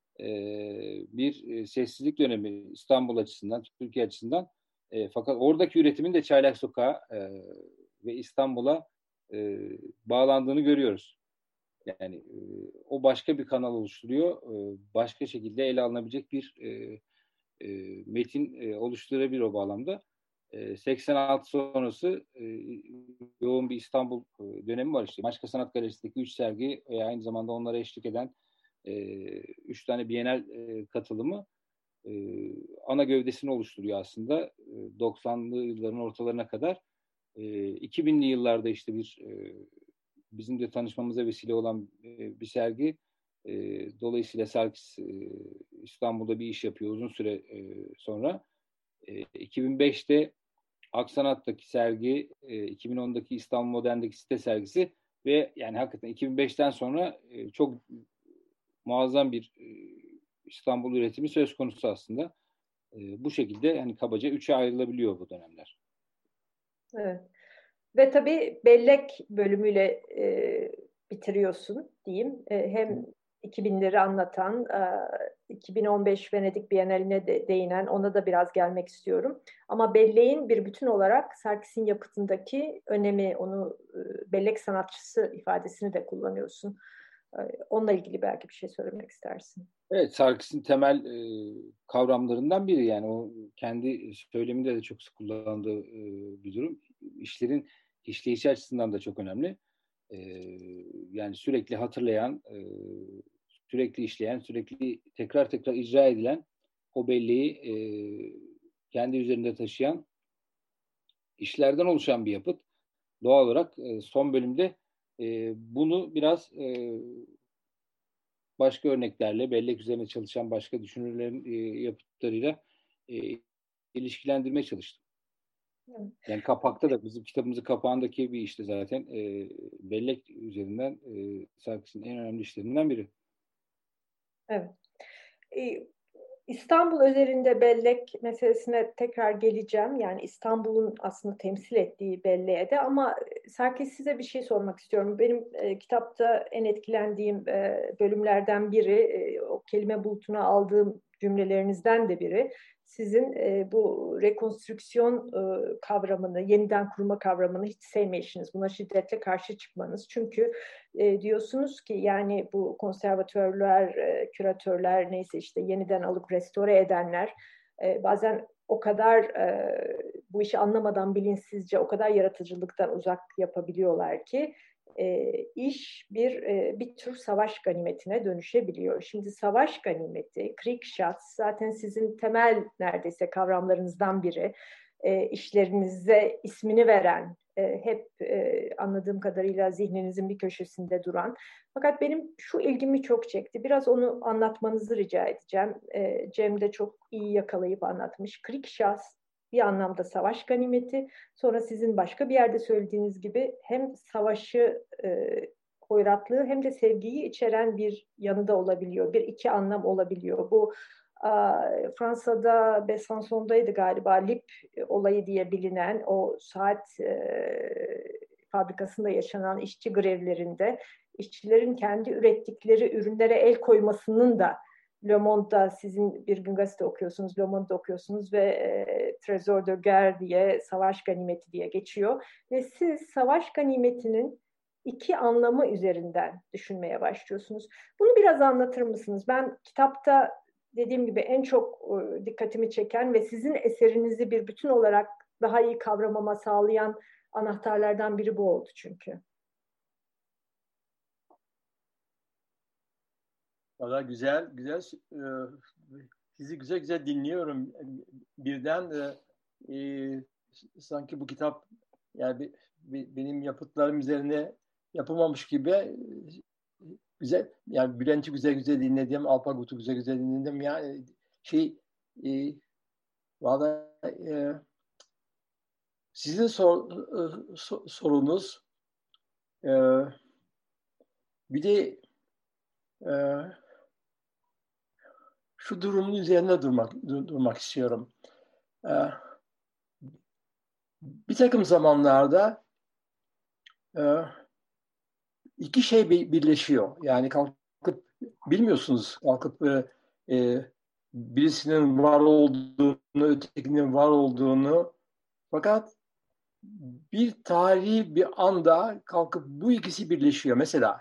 bir sessizlik dönemi İstanbul açısından, Türkiye açısından. Fakat oradaki üretimin de Çaylak Sokağı ve İstanbul'a bağlandığını görüyoruz. Yani o başka bir kanal oluşturuyor. Başka şekilde ele alınabilecek bir metin oluşturabilir o bağlamda. 86 sonrası yoğun bir İstanbul dönemi var işte. Maçka Sanat Galerisi'ndeki 3 sergi ve aynı zamanda onlara eşlik eden 3 tane Bienal katılımı ana gövdesini oluşturuyor aslında 90'lı yılların ortalarına kadar. 2000'li yıllarda işte bizim de tanışmamıza vesile olan bir sergi. Dolayısıyla Sarkis İstanbul'da bir iş yapıyor uzun süre sonra. 2005'te Aksanat'taki sergi, 2010'daki İstanbul Modern'deki site sergisi ve yani hakikaten 2005'ten sonra çok muazzam bir İstanbul üretimi söz konusu aslında. Bu şekilde hani kabaca 3'e ayrılabiliyor bu dönemler. Evet. Ve tabii bellek bölümüyle bitiriyorsun diyeyim. Hem 2000'leri anlatan, 2015 Venedik Bienali'ne değinen, ona da biraz gelmek istiyorum. Ama belleğin bir bütün olarak Sarkis'in yapıtındaki önemi, onu bellek sanatçısı ifadesini de kullanıyorsun. Onunla ilgili belki bir şey söylemek istersin. Evet, Sarkis'in temel kavramlarından biri yani o kendi söyleminde de çok sık kullandığı bir durum. İşlerin işleyişi açısından da çok önemli. Yani sürekli hatırlayan, sürekli işleyen, sürekli tekrar icra edilen o belleği kendi üzerinde taşıyan işlerden oluşan bir yapıt. Doğal olarak son bölümde bunu biraz başka örneklerle, bellek üzerine çalışan başka düşünürlerin yapıtlarıyla ilişkilendirmeye çalıştım. Yani kapakta da bizim kitabımızın kapağındaki bir işte zaten bellek üzerinden Sarkis'in en önemli işlerinden biri. Evet. İstanbul özelinde bellek meselesine tekrar geleceğim. Yani İstanbul'un aslında temsil ettiği belleğe de ama Sarkis size bir şey sormak istiyorum. Benim kitapta en etkilendiğim bölümlerden biri, o kelime bulutuna aldığım cümlelerinizden de biri. sizin bu rekonstrüksiyon kavramını, yeniden kurma kavramını hiç sevmeyişiniz, buna şiddetle karşı çıkmanız. Çünkü diyorsunuz ki yani bu konservatörler, küratörler neyse işte yeniden alıp restore edenler bazen o kadar bu işi anlamadan bilinçsizce o kadar yaratıcılıktan uzak yapabiliyorlar ki iş bir tür savaş ganimetine dönüşebiliyor. Şimdi savaş ganimeti, Kriegsschatz zaten sizin temel neredeyse kavramlarınızdan biri. İşlerinize ismini veren, hep anladığım kadarıyla zihninizin bir köşesinde duran. Fakat benim şu ilgimi çok çekti. Biraz onu anlatmanızı rica edeceğim. Cem de çok iyi yakalayıp anlatmış. Kriegsschatz bir anlamda savaş ganimeti. Sonra sizin başka bir yerde söylediğiniz gibi hem savaşı hoyratlığı hem de sevgiyi içeren bir yanı da olabiliyor. Bir iki anlam olabiliyor. Bu Fransa'da Besançon'daydı galiba Lip olayı diye bilinen o saat fabrikasında yaşanan işçi grevlerinde işçilerin kendi ürettikleri ürünlere el koymasının da Le Monde'da sizin bir gün gazete okuyorsunuz, Le Monde'da okuyorsunuz ve Trésor de Guerre diye savaş ganimeti diye geçiyor. Ve siz savaş ganimetinin iki anlamı üzerinden düşünmeye başlıyorsunuz. Bunu biraz anlatır mısınız? Ben kitapta dediğim gibi en çok dikkatimi çeken ve sizin eserinizi bir bütün olarak daha iyi kavramama sağlayan anahtarlardan biri bu oldu çünkü. Valla güzel. Sizi güzel dinliyorum. Birden sanki bu kitap yani benim yapıtlarım üzerine yapılmamış gibi güzel. Yani Bülent'i güzel dinledim, Alpagut'u güzel dinledim. Yani valla sizin sorunuz bir de şu durumun üzerine durmak istiyorum. Bir takım zamanlarda iki şey birleşiyor. Yani kalkıp bilmiyorsunuz birisinin var olduğunu, ötekinin var olduğunu. Fakat bir tarihi bir anda kalkıp bu ikisi birleşiyor. Mesela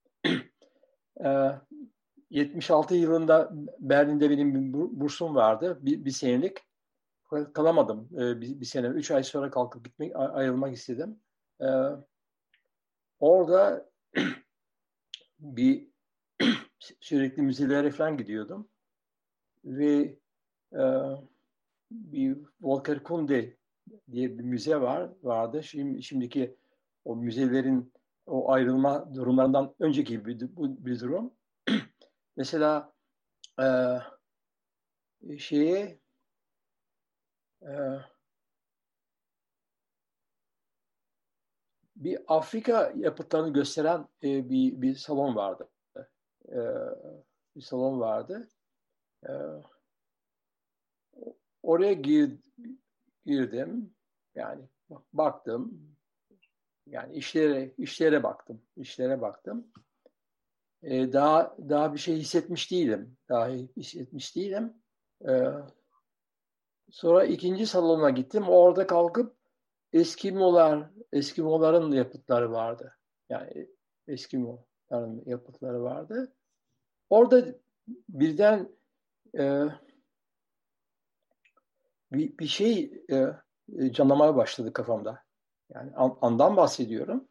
76 yılında Berlin'de benim bir bursum vardı. Bir senelik. Kalamadım bir sene. 3 ay sonra kalkıp ayrılmak istedim. Orada sürekli müzelere falan gidiyordum. Ve bir Volker Kunde diye bir müze vardı. Şimdiki o müzelerin o ayrılma durumlarından önceki bir durum. Mesela bir Afrika yapıtlarını gösteren bir salon vardı. Bir salon vardı. Oraya girdim. Yani baktım. Yani işlere baktım. Daha bir şey hissetmiş değilim. Sonra ikinci salona gittim. Orada kalkıp Eskimoların yapıtları vardı. Yani Eskimoların yapıtları vardı. Orada birden bir şey canlamaya başladı kafamda. Yani andan bahsediyorum.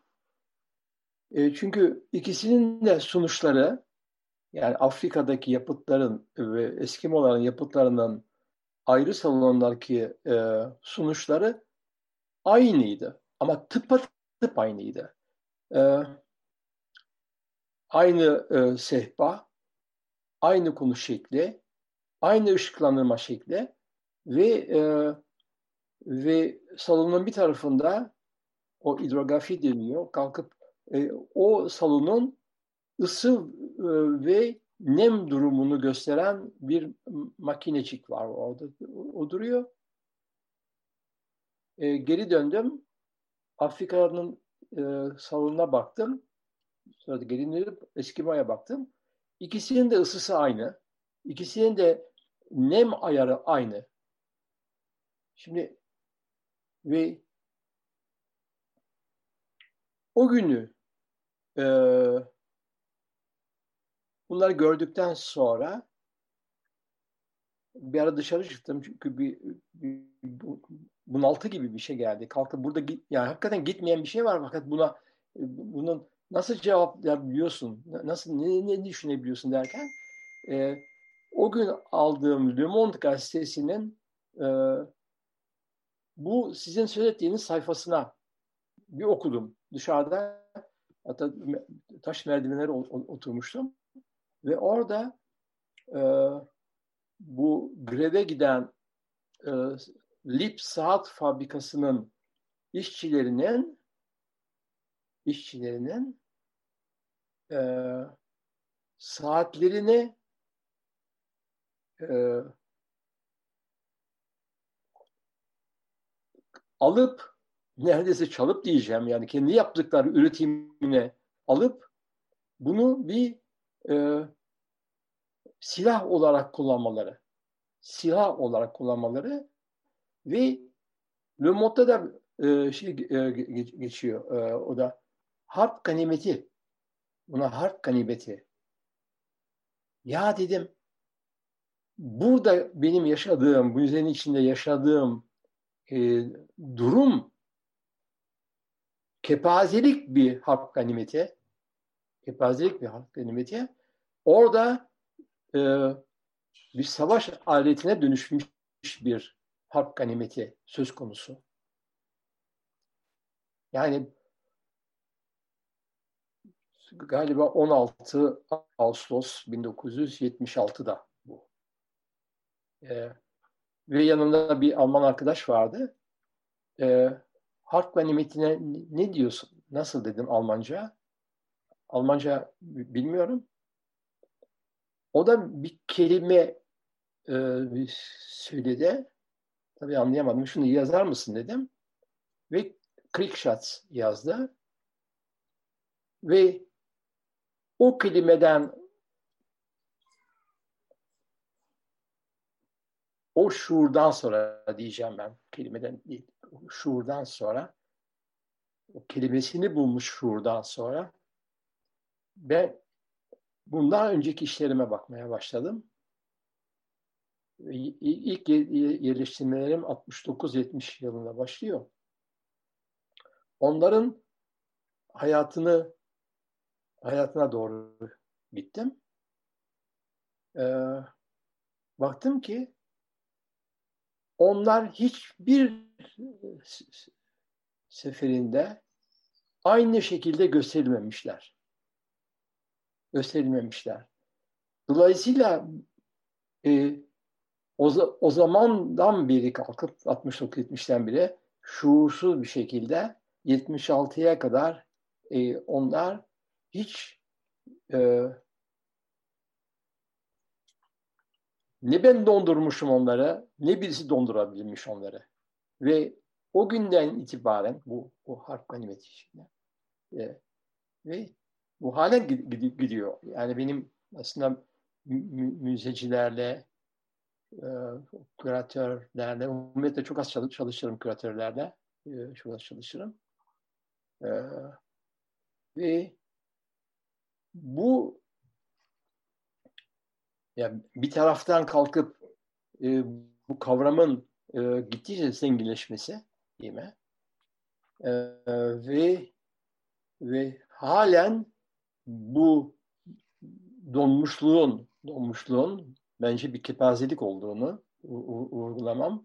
Çünkü ikisinin de sonuçları yani Afrika'daki yapıtların ve Eskimoların yapıtlarının ayrı salonlardaki sonuçları aynıydı. Ama tıpatıp aynıydı. Aynı sehpa, aynı konu şekli, aynı ışıklandırma şekli ve salonun bir tarafında o hidrografi deniyor. Kalkıp o salonun ısı ve nem durumunu gösteren bir makinecik var orada. O duruyor. Geri döndüm. Afrika'nın salonuna baktım. Sonra geri dönüp Eskimo'ya baktım. İkisinin de ısısı aynı. İkisinin de nem ayarı aynı. Şimdi ve o günü bunları gördükten sonra bir ara dışarı çıktım çünkü bir bunaltı gibi bir şey geldi. Kalkıp burada yani hakikaten gitmeyen bir şey var fakat bunun nasıl cevap biliyorsun, nasıl ne düşünebiliyorsun derken o gün aldığım Le Monde gazetesinin bu sizin söylediğiniz sayfasına bir okudum. Dışarıda hatta taş merdivenlere oturmuştum ve orada bu greve giden Lip Saat Fabrikası'nın işçilerinin saatlerini alıp neredeyse çalıp diyeceğim yani kendi yaptıkları üretimine alıp bunu bir silah olarak kullanmaları ve Le Monde'da da geçiyor. O da harp ganimeti. Buna harp ganimeti. Ya dedim burada benim yaşadığım, bu müzenin içinde yaşadığım durum kepazelik bir harp ganimeti. Orada bir savaş aletine dönüşmüş bir harp ganimeti söz konusu. Yani galiba 16 Ağustos 1976'da bu. Ve yanımda bir Alman arkadaş vardı. Harp ganimetine ne diyorsun? Nasıl dedim Almanca? Almanca bilmiyorum. O da bir kelime söyledi. Tabii anlayamadım. Şunu yazar mısın dedim. Ve Kriegschatz yazdı. Ve o kelimeden o şuurdan sonra diyeceğim ben. Kelimeden değil. O şuurdan sonra o kelimesini bulmuş şuurdan sonra ben bundan önceki işlerime bakmaya başladım. İlk yerleştirmelerim 69-70 yılında başlıyor. Onların hayatına doğru gittim. Baktım ki onlar hiçbir seferinde aynı şekilde gösterilmemişler. Dolayısıyla o zamandan beri kalkıp 69-70'ten beri şuursuz bir şekilde 76'ya kadar onlar hiç ne ben dondurmuşum onları, ne birisi dondurabilmiş onları. Ve o günden itibaren bu harp ganimeti içinde ve bu halen gidiyor. Yani benim aslında müzecilerle, küratörlerle, umumiyetle çok az çalışırım küratörlerle, çok az çalışırım. Ve bu yani bir taraftan kalkıp bu kavramın gittikçe zenginleşmesi, değil mi? Ve halen bu donmuşluğun bence bir kepazelik olduğunu vurgulamam.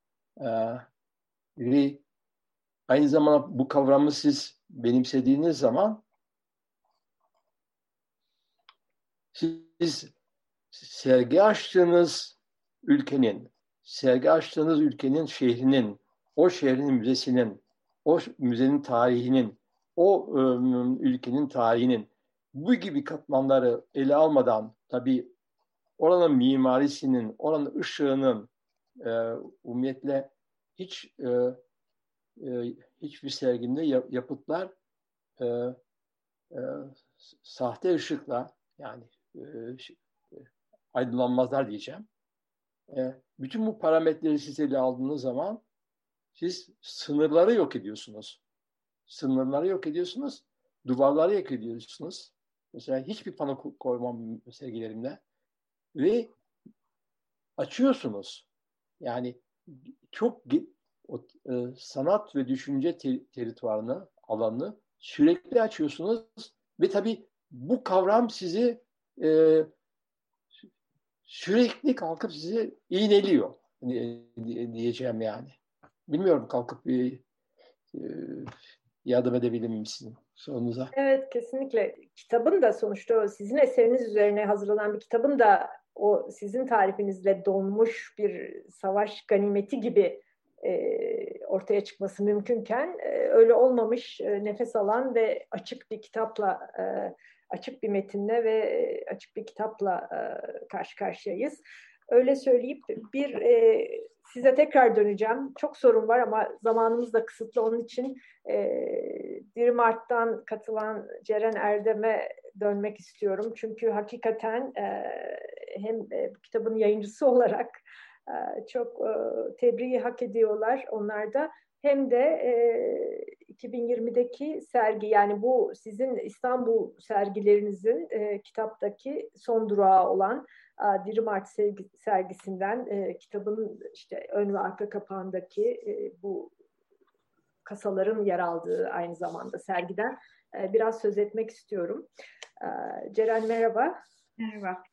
Ve aynı zamanda bu kavramı siz benimsediğiniz zaman siz sergi açtığınız ülkenin, şehrinin, o şehrin müzesinin, o müzenin tarihinin, o ülkenin tarihinin bu gibi katmanları ele almadan tabii oranın mimarisinin, oranın ışığının umumiyetle hiçbir serginde yapıtlar sahte ışıkla yani aydınlanmazlar diyeceğim. Bütün bu parametreleri siz ele aldığınız zaman siz sınırları yok ediyorsunuz. Sınırları yok ediyorsunuz. Duvarları yok ediyorsunuz. Mesela hiçbir pano koymam sergilerimde. Ve açıyorsunuz. Yani çok sanat ve düşünce terituarını, alanını sürekli açıyorsunuz. Ve tabii bu kavram sizi sürekli kalkıp sizi iğneliyor diyeceğim yani. Bilmiyorum, kalkıp bir yardım edebilir misin sorunuza? Evet, kesinlikle. Kitabın da sonuçta o sizin eseriniz üzerine hazırlanan bir kitabın da o sizin tarifinizle donmuş bir savaş ganimeti gibi ortaya çıkması mümkünken öyle olmamış, nefes alan ve açık bir kitapla, açık bir metinle ve açık bir kitapla karşı karşıyayız. Öyle söyleyip size tekrar döneceğim. Çok sorun var ama zamanımız da kısıtlı. Onun için Dirimart'tan katılan Ceren Erdem'e dönmek istiyorum. Çünkü hakikaten hem kitabın yayıncısı olarak çok tebriği hak ediyorlar onlar da. Hem de 2020'deki sergi, yani bu sizin İstanbul sergilerinizin kitaptaki son durağı olan Dirimart sergisinden kitabın işte ön ve arka kapağındaki bu kasaların yer aldığı aynı zamanda sergiden biraz söz etmek istiyorum. Ceren, merhaba. Merhaba.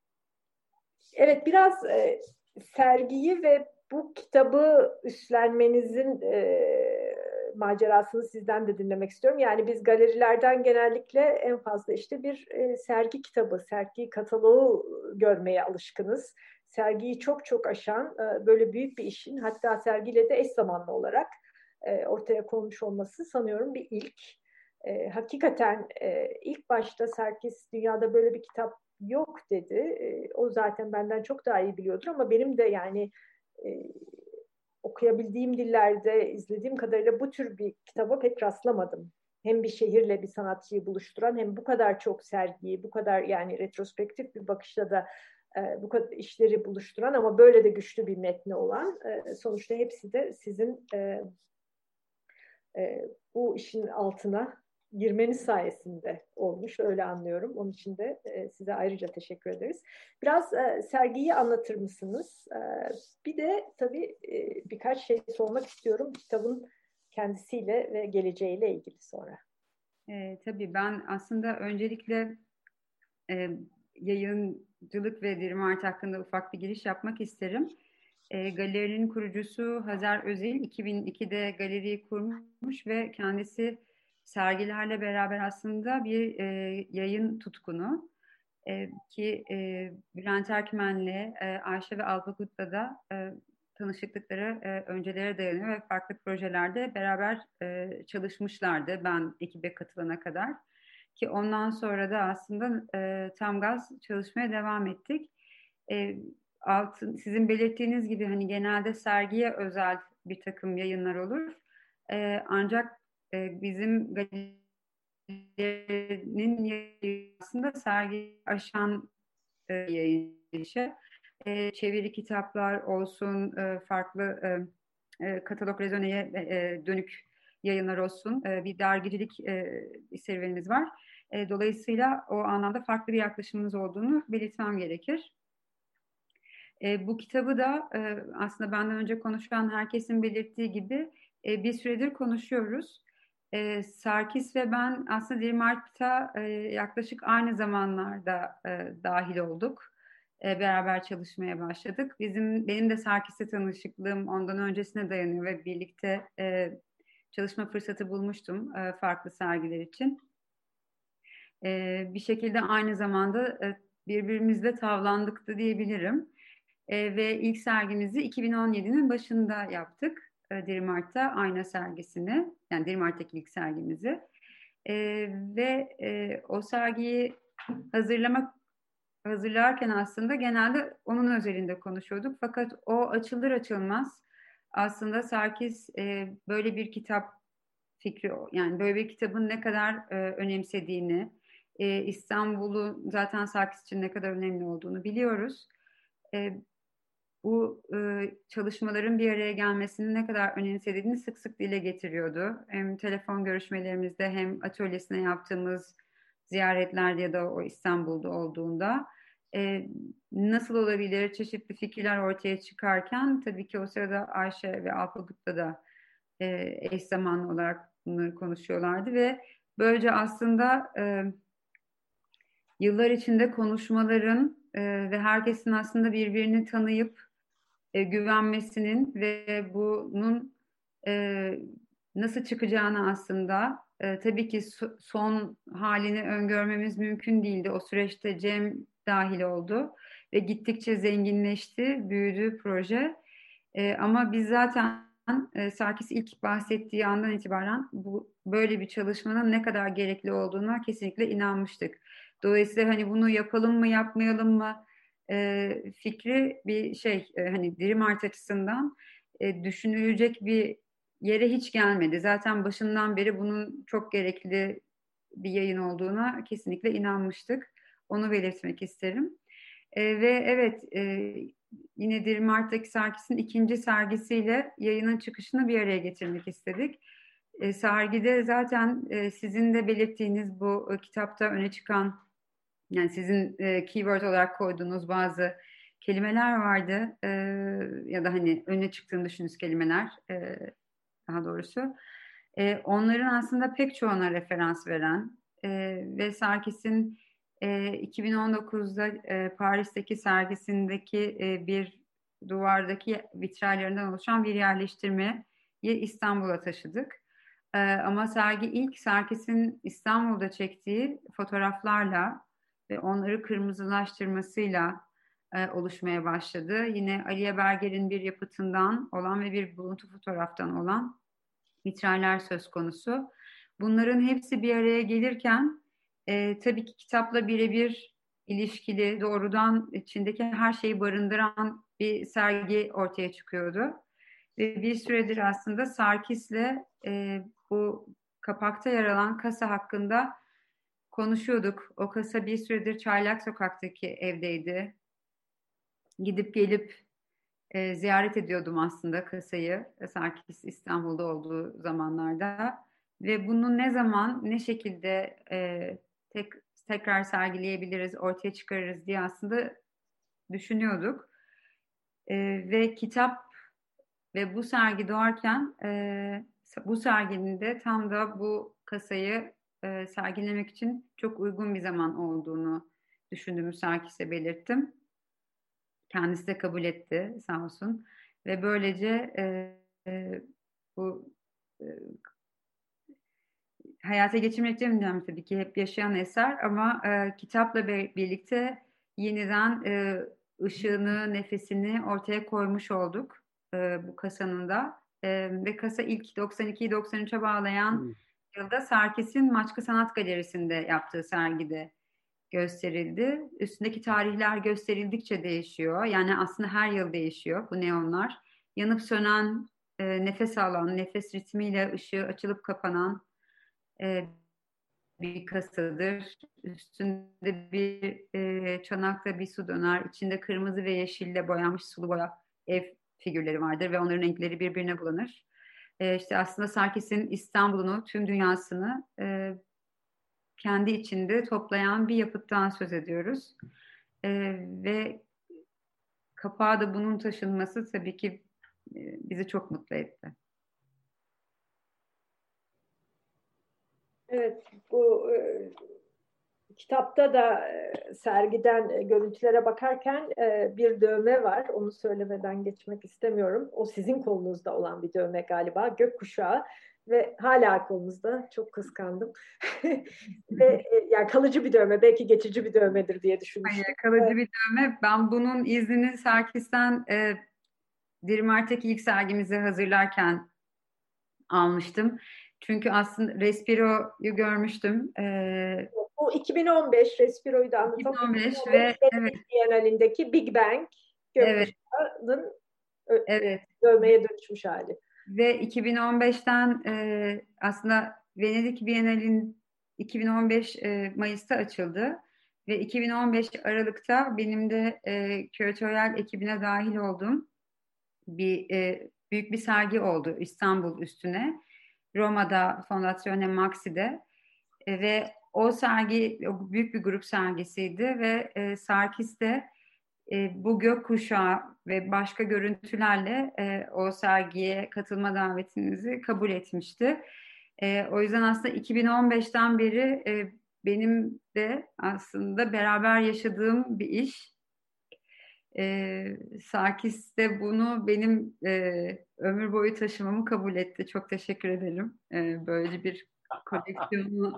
Evet, biraz sergiyi ve bu kitabı üstlenmenizin macerasını sizden de dinlemek istiyorum. Yani biz galerilerden genellikle en fazla işte bir sergi kitabı, sergi kataloğu görmeye alışkınız. Sergiyi çok çok aşan böyle büyük bir işin, hatta sergiyle de eş zamanlı olarak ortaya konmuş olması sanıyorum bir ilk. Hakikaten ilk başta Sarkis dünyada böyle bir kitap yok dedi. O zaten benden çok daha iyi biliyordur ama benim de yani okuyabildiğim dillerde izlediğim kadarıyla bu tür bir kitaba pek rastlamadım. Hem bir şehirle bir sanatçıyı buluşturan, hem bu kadar çok sergiyi, bu kadar yani retrospektif bir bakışla da bu kadar işleri buluşturan ama böyle de güçlü bir metni olan, sonuçta hepsi de sizin bu işin altına girmeniz sayesinde olmuş, öyle anlıyorum. Onun için de size ayrıca teşekkür ederiz. Biraz sergiyi anlatır mısınız? Bir de tabii birkaç şey sormak istiyorum kitabın kendisiyle ve geleceğiyle ilgili sonra. Tabii ben aslında öncelikle yayıncılık ve Dirimart hakkında ufak bir giriş yapmak isterim. Galerinin kurucusu Hazar Özil 2002'de galeriyi kurmuş ve kendisi sergilerle beraber aslında bir yayın tutkunu ki Bülent Erkmen'le Ayşe ve Alpakut'la da tanışıklıkları öncelere dayanıyor ve farklı projelerde beraber çalışmışlardı ben ekibe katılana kadar. Ki ondan sonra da aslında tam gaz çalışmaya devam ettik. Sizin belirttiğiniz gibi hani genelde sergiye özel bir takım yayınlar olur. Ancak bizim galerinin aslında sergi aşan yayın işi. Çeviri kitaplar olsun, farklı katalog rezoneye dönük yayınlar olsun. Bir dergicilik serüvenimiz var. Dolayısıyla o anlamda farklı bir yaklaşımımız olduğunu belirtmem gerekir. Bu kitabı da aslında benden önce konuşan herkesin belirttiği gibi bir süredir konuşuyoruz. Sarkis ve ben aslında Dirimart'a yaklaşık aynı zamanlarda dahil olduk. Beraber çalışmaya başladık. Benim de Sarkis'le tanışıklığım ondan öncesine dayanıyor ve birlikte çalışma fırsatı bulmuştum farklı sergiler için. Bir şekilde aynı zamanda birbirimizle tavlandık da diyebilirim. Ve ilk sergimizi 2017'nin başında yaptık. Dirimart'ta ayna sergisini, yani Dirimart'taki ilk sergimizi. Ve o sergiyi hazırlarken aslında genelde onun özelinde konuşuyorduk. Fakat o açılır açılmaz aslında Sarkis böyle bir kitap fikri, yani böyle bir kitabın ne kadar önemsediğini, İstanbul'u zaten Sarkis için ne kadar önemli olduğunu biliyoruz. bu çalışmaların bir araya gelmesinin ne kadar önemsediğini sık sık dile getiriyordu. Hem telefon görüşmelerimizde hem atölyesine yaptığımız ziyaretlerde ya da o İstanbul'da olduğunda nasıl olabilir çeşitli fikirler ortaya çıkarken tabii ki o sırada Ayşe ve Alpagut'ta da eş zamanlı olarak bunları konuşuyorlardı ve böylece aslında yıllar içinde konuşmaların ve herkesin aslında birbirini tanıyıp güvenmesinin ve bunun nasıl çıkacağını aslında tabii ki son halini öngörmemiz mümkün değildi. O süreçte Cem dahil oldu ve gittikçe zenginleşti, büyüdü proje. Ama biz zaten Sarkis ilk bahsettiği andan itibaren böyle bir çalışmanın ne kadar gerekli olduğuna kesinlikle inanmıştık. Dolayısıyla hani bunu yapalım mı yapmayalım mı fikri bir hani Dirimart açısından düşünülecek bir yere hiç gelmedi. Zaten başından beri bunun çok gerekli bir yayın olduğuna kesinlikle inanmıştık. Onu belirtmek isterim. Ve evet yine Dirimart'taki Sarkis'in ikinci sergisiyle yayının çıkışını bir araya getirmek istedik. Sergide zaten sizin de belirttiğiniz bu kitapta öne çıkan yani sizin keyword olarak koyduğunuz bazı kelimeler vardı ya da hani öne çıktığını düşündüğünüz kelimeler daha doğrusu. Onların aslında pek çoğuna referans veren ve Sarkis'in 2019'da Paris'teki sergisindeki bir duvardaki vitrallerinden oluşan bir yerleştirmeyi İstanbul'a taşıdık. Ama sergi ilk Sarkis'in İstanbul'da çektiği fotoğraflarla ve onları kırmızılaştırmasıyla oluşmaya başladı. Yine Aliye Berger'in bir yapıtından olan ve bir buluntu fotoğraftan olan vitraller söz konusu. Bunların hepsi bir araya gelirken tabii ki kitapla birebir ilişkili, doğrudan içindeki her şeyi barındıran bir sergi ortaya çıkıyordu. Ve bir süredir aslında Sarkis'le bu kapakta yer alan kasa hakkında konuşuyorduk. O kasa bir süredir Çaylak Sokak'taki evdeydi. Gidip gelip ziyaret ediyordum aslında kasayı. Sarkis İstanbul'da olduğu zamanlarda. Ve bunu ne zaman, ne şekilde tekrar sergileyebiliriz, ortaya çıkarırız diye aslında düşünüyorduk. Ve kitap ve bu sergi doğarken bu serginin de tam da bu kasayı sergilemek için çok uygun bir zaman olduğunu düşündüğümü Sarkis'e belirttim. Kendisi de kabul etti sağ olsun. Ve böylece bu hayata geçirmek demeyeceğim tabii ki hep yaşayan eser ama kitapla birlikte yeniden ışığını, nefesini ortaya koymuş olduk bu kasanın da. Ve kasa ilk 92'yi 93'e bağlayan yılda Sarkis'in Maçka Sanat Galerisi'nde yaptığı sergide gösterildi. Üstündeki tarihler gösterildikçe değişiyor. Yani aslında her yıl değişiyor bu neonlar. Yanıp sönen, nefes alan, nefes ritmiyle ışığı açılıp kapanan bir kasadır. Üstünde bir çanakta bir su döner. İçinde kırmızı ve yeşille boyanmış sulu boya ev figürleri vardır ve onların renkleri birbirine bulanır. İşte aslında Sarkis'in İstanbul'unu, tüm dünyasını kendi içinde toplayan bir yapıttan söz ediyoruz. Ve kapağa da bunun taşınması tabii ki bizi çok mutlu etti. Evet, bu kitapta da sergiden görüntülere bakarken bir dövme var. Onu söylemeden geçmek istemiyorum. O sizin kolunuzda olan bir dövme galiba. Gökkuşağı ve hala kolunuzda. Çok kıskandım. Ve yani kalıcı bir dövme. Belki geçici bir dövmedir diye düşünmüştüm. Hayır, kalıcı bir dövme. Ben bunun iznini Sarkis'ten Dirimart'taki ilk sergimizi hazırlarken almıştım. Çünkü aslında Respiro'yu görmüştüm. Bu 2015 Respiro'yu da anlatalım. 2015 ve evet. Bienalindeki Big Bang gökkuşağının dövmeye dönüşmüş hali. Ve 2015'ten aslında Venedik Bienalin 2015 Mayıs'ta açıldı. Ve 2015 Aralık'ta benim de küratöryel ekibine dahil olduğum büyük bir sergi oldu İstanbul üstüne. Roma'da Fondazione Maxi'de ve o sergi büyük bir grup sergisiydi ve Sarkis de bu gökkuşağı ve başka görüntülerle o sergiye katılma davetinizi kabul etmişti. O yüzden aslında 2015'ten beri benim de aslında beraber yaşadığım bir iş. Sarkis de bunu benim ömür boyu taşımamı kabul etti. Çok teşekkür ederim. Böylece bir koleksiyonu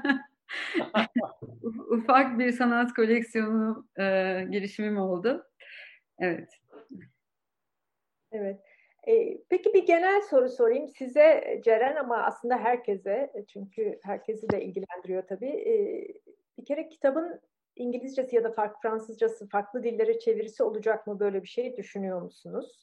ufak bir sanat koleksiyonu girişimim oldu. Evet. Evet. Peki bir genel soru sorayım size Ceren ama aslında herkese çünkü herkesi de ilgilendiriyor tabii. Bir kere kitabın İngilizcesi ya da Fransızcası farklı dillere çevirisi olacak mı böyle bir şey düşünüyor musunuz?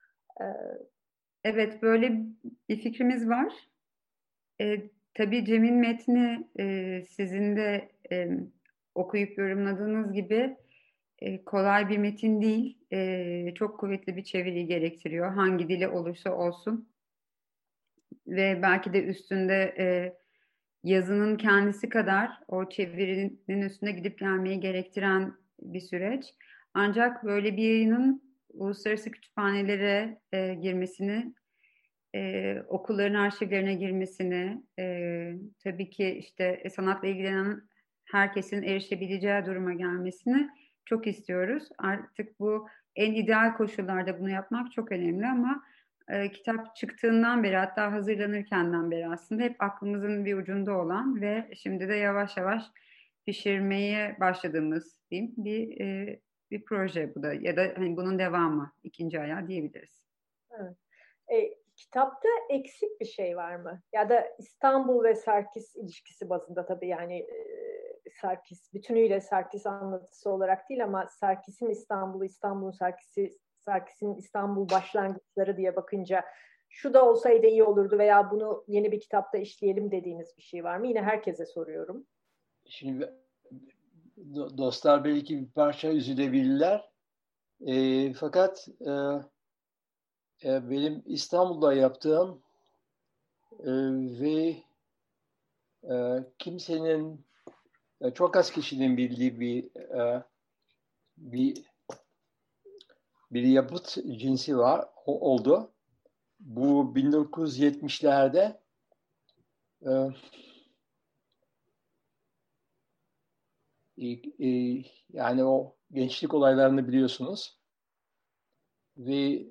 Evet böyle bir fikrimiz var. Tabii Cem'in metni sizin de okuyup yorumladığınız gibi kolay bir metin değil. Çok kuvvetli bir çeviri gerektiriyor. Hangi dili olursa olsun. Ve belki de üstünde yazının kendisi kadar o çevirinin üstüne gidip gelmeyi gerektiren bir süreç. Ancak böyle bir yayının uluslararası kütüphanelere girmesini, okulların arşivlerine girmesini, tabii ki işte sanatla ilgilenen herkesin erişebileceği duruma gelmesini çok istiyoruz. Artık bu en ideal koşullarda bunu yapmak çok önemli ama kitap çıktığından beri hatta hazırlanırkenden beri aslında hep aklımızın bir ucunda olan ve şimdi de yavaş yavaş pişirmeye başladığımız diyeyim bir proje bu da ya da hani bunun devamı ikinci ayağı diyebiliriz. Evet. Kitapta eksik bir şey var mı? Ya da İstanbul ve Sarkis ilişkisi bazında tabii yani Sarkis bütünüyle Sarkis anlatısı olarak değil ama Sarkis'in İstanbul'u, İstanbul'un Sarkis'i, Sarkis'in İstanbul başlangıçları diye bakınca şu da olsaydı iyi olurdu veya bunu yeni bir kitapta işleyelim dediğiniz bir şey var mı? Yine herkese soruyorum. Şimdi dostlar belki bir parça üzülebilirler. Fakat benim İstanbul'da yaptığım ve kimsenin çok az kişinin bildiği bir yapıt cinsi oldu. Bu 1970'lerde yani o gençlik olaylarını biliyorsunuz ve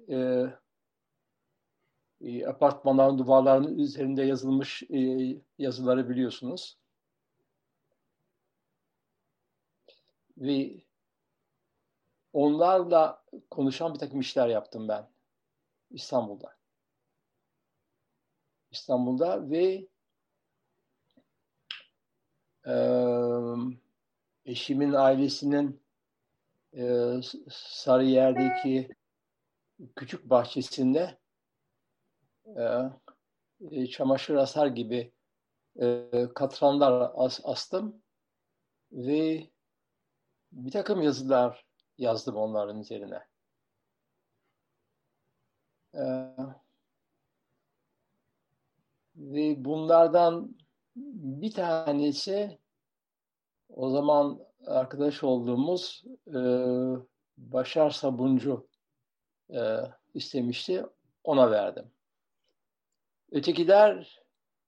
apartmanların duvarlarının üzerinde yazılmış yazıları biliyorsunuz. Ve onlarla konuşan bir takım işler yaptım ben İstanbul'da. Ve eşimin ailesinin Sarıyer'deki küçük bahçesinde çamaşır asar gibi katranlar astım ve bir takım yazılar yazdım onların üzerine. Ve bunlardan bir tanesi o zaman arkadaş olduğumuz Başar Sabuncu istemişti. Ona verdim. Ötekiler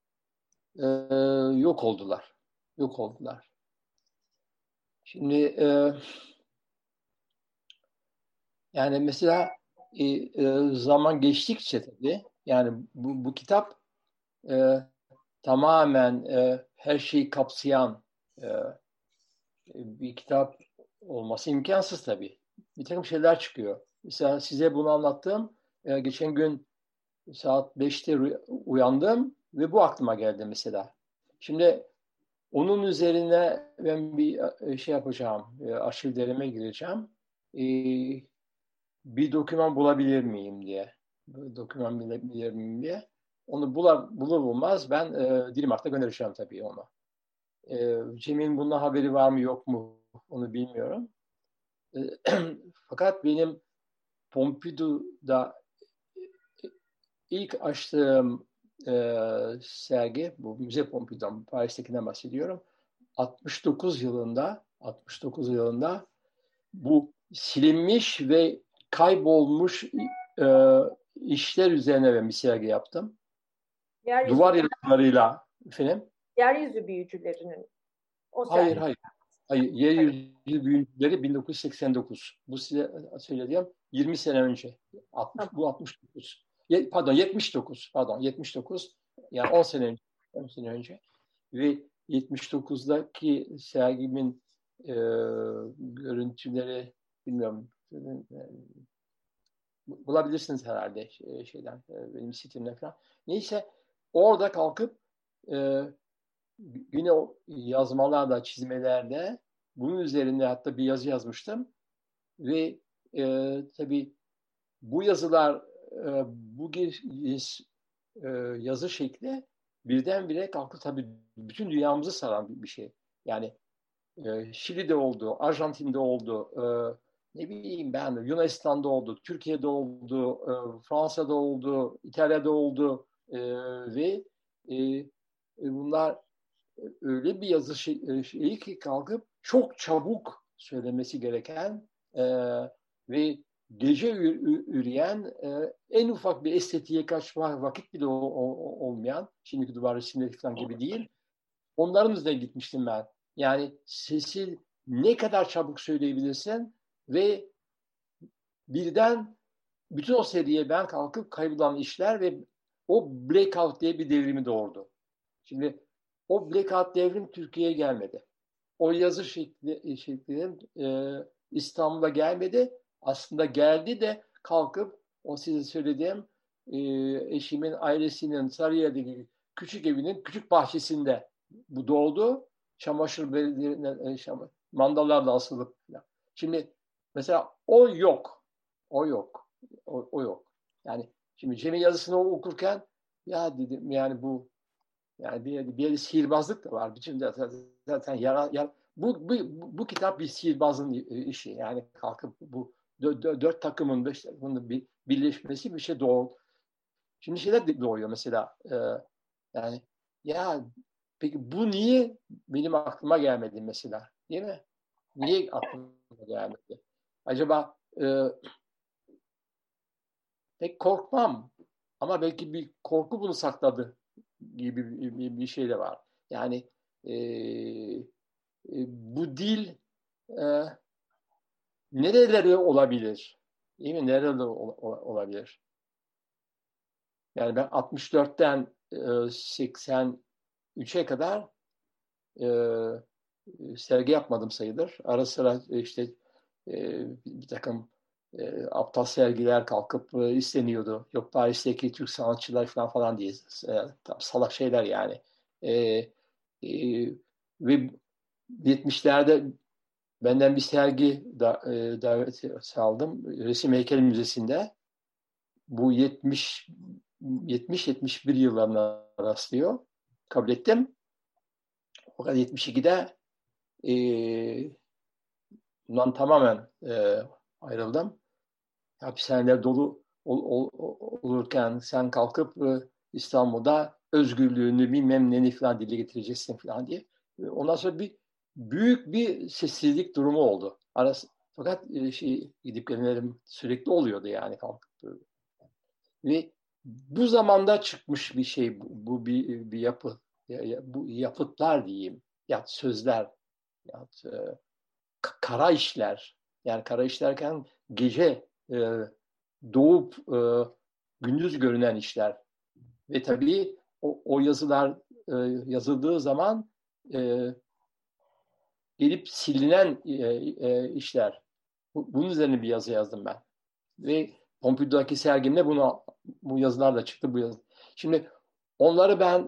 yok oldular. Şimdi yani mesela zaman geçtikçe tabii yani bu kitap tamamen her şeyi kapsayan bir kitap olması imkansız tabii. Bir takım şeyler çıkıyor. Mesela size bunu anlattım. Geçen gün saat 5'te uyandım ve bu aklıma geldi mesela. Şimdi onun üzerine ben bir şey yapacağım. Arşivlerime gireceğim. Bir doküman bulabilir miyim diye. Onu bulur bulmaz ben Dilimark'ta göndereceğim tabii onu. Cem'in bundan haberi var mı yok mu onu bilmiyorum. Fakat benim Pompidou'da ilk açtığım sergi, bu Müze Pompidou'dan, Paris'tekinden bahsediyorum. 69 yılında bu silinmiş ve kaybolmuş işler üzerine bir sergi yaptım. Duvar yazılarıyla efendim. Yeryüzü büyücülerinin o Hayır, sergi. hayır. Hayır, Yeryüzü Büyücüleri 1989. Bu size söylediğim 20 sene önce. Bu 69. Pardon 79. Pardon 79. Yani 10 sene önce. 10 sene önce. Ve 79'daki sergimin görüntüleri bilmiyorum. Bulabilirsiniz herhalde şeyden benim sitemden falan. Neyse orada kalkıp yine o yazmalarda, çizmelerde bunun üzerinde hatta bir yazı yazmıştım ve tabii bu yazılar bu yazı şekli birdenbire kalkıp tabii bütün dünyamızı saran bir şey. Yani Şili'de oldu, Arjantin'de oldu, ne bileyim ben Yunanistan'da oldu, Türkiye'de oldu, Fransa'da oldu, İtalya'da oldu ve bunlar öyle bir yazı şeyi ki kalkıp çok çabuk söylemesi gereken ve gece üreyen en ufak bir estetiğe kaçma vakit bile olmayan, şimdiki duvar resimleri falan gibi değil. Onların üzerine gitmiştim ben. Yani sesi ne kadar çabuk söyleyebilirsin ve birden bütün o seriye ben kalkıp kaybolan işler ve o blackout diye bir devrimi doğurdu. Şimdi o blackout devrim Türkiye'ye gelmedi. O yazı şeklinin İstanbul'a gelmedi. Aslında geldi de kalkıp o size söylediğim eşimin ailesinin Sarıyer'deki küçük evinin küçük bahçesinde bu doğdu. Çamaşır belediyelerine mandallarla asılıp. Şimdi mesela o yok. O yok. O yok. Yani şimdi Cem'in yazısını okurken ya dedim yani bu yani bir yerde sihirbazlık da var. Bütün zaten bu kitap bir sihirbazın işi. Yani kalkıp bu dört takımın bunun bir birleşmesi bir şey doğru. Şimdi şeyler doğuyor mesela. Yani ya peki bu niye benim aklıma gelmedi mesela? Değil mi? Niye aklıma gelmedi? Acaba pek korkmam. Ama belki bir korku bunu sakladı gibi bir şey de var. Yani bu dil nereleri olabilir? Değil mi? Nereleri olabilir? Yani ben 64'ten 83'e kadar sergi yapmadım sayılır. Ara sıra işte bir takım aptal sergiler kalkıp isteniyordu. Yok Paris'teki Türk sanatçılar falan diye salak şeyler yani. Ve 70'lerde benden bir sergi davet aldım. Resim Heykel Müzesi'nde. Bu 70-71 yıllarına rastlıyor. Kabul ettim. Fakat 72'de bundan tamamen ayrıldım. Hapishaneler dolu olurken sen kalkıp İstanbul'da özgürlüğünü bilmem neni falan dile getireceksin falan diye. Ondan sonra büyük bir sessizlik durumu oldu. Fakat gidip gelmelerim sürekli oluyordu yani kalkıp. Ve bu zamanda çıkmış bir şey bu bir yapı. Bu yapıtlar diyeyim. Ya sözler ya kara işler. Yani kara işlerken gece doğup gündüz görünen işler. Ve tabii o yazılar yazıldığı zaman gelip silinen işler. Bunun üzerine bir yazı yazdım ben. Ve Pompidou'daki sergimde bu yazılar da çıktı. Şimdi onları ben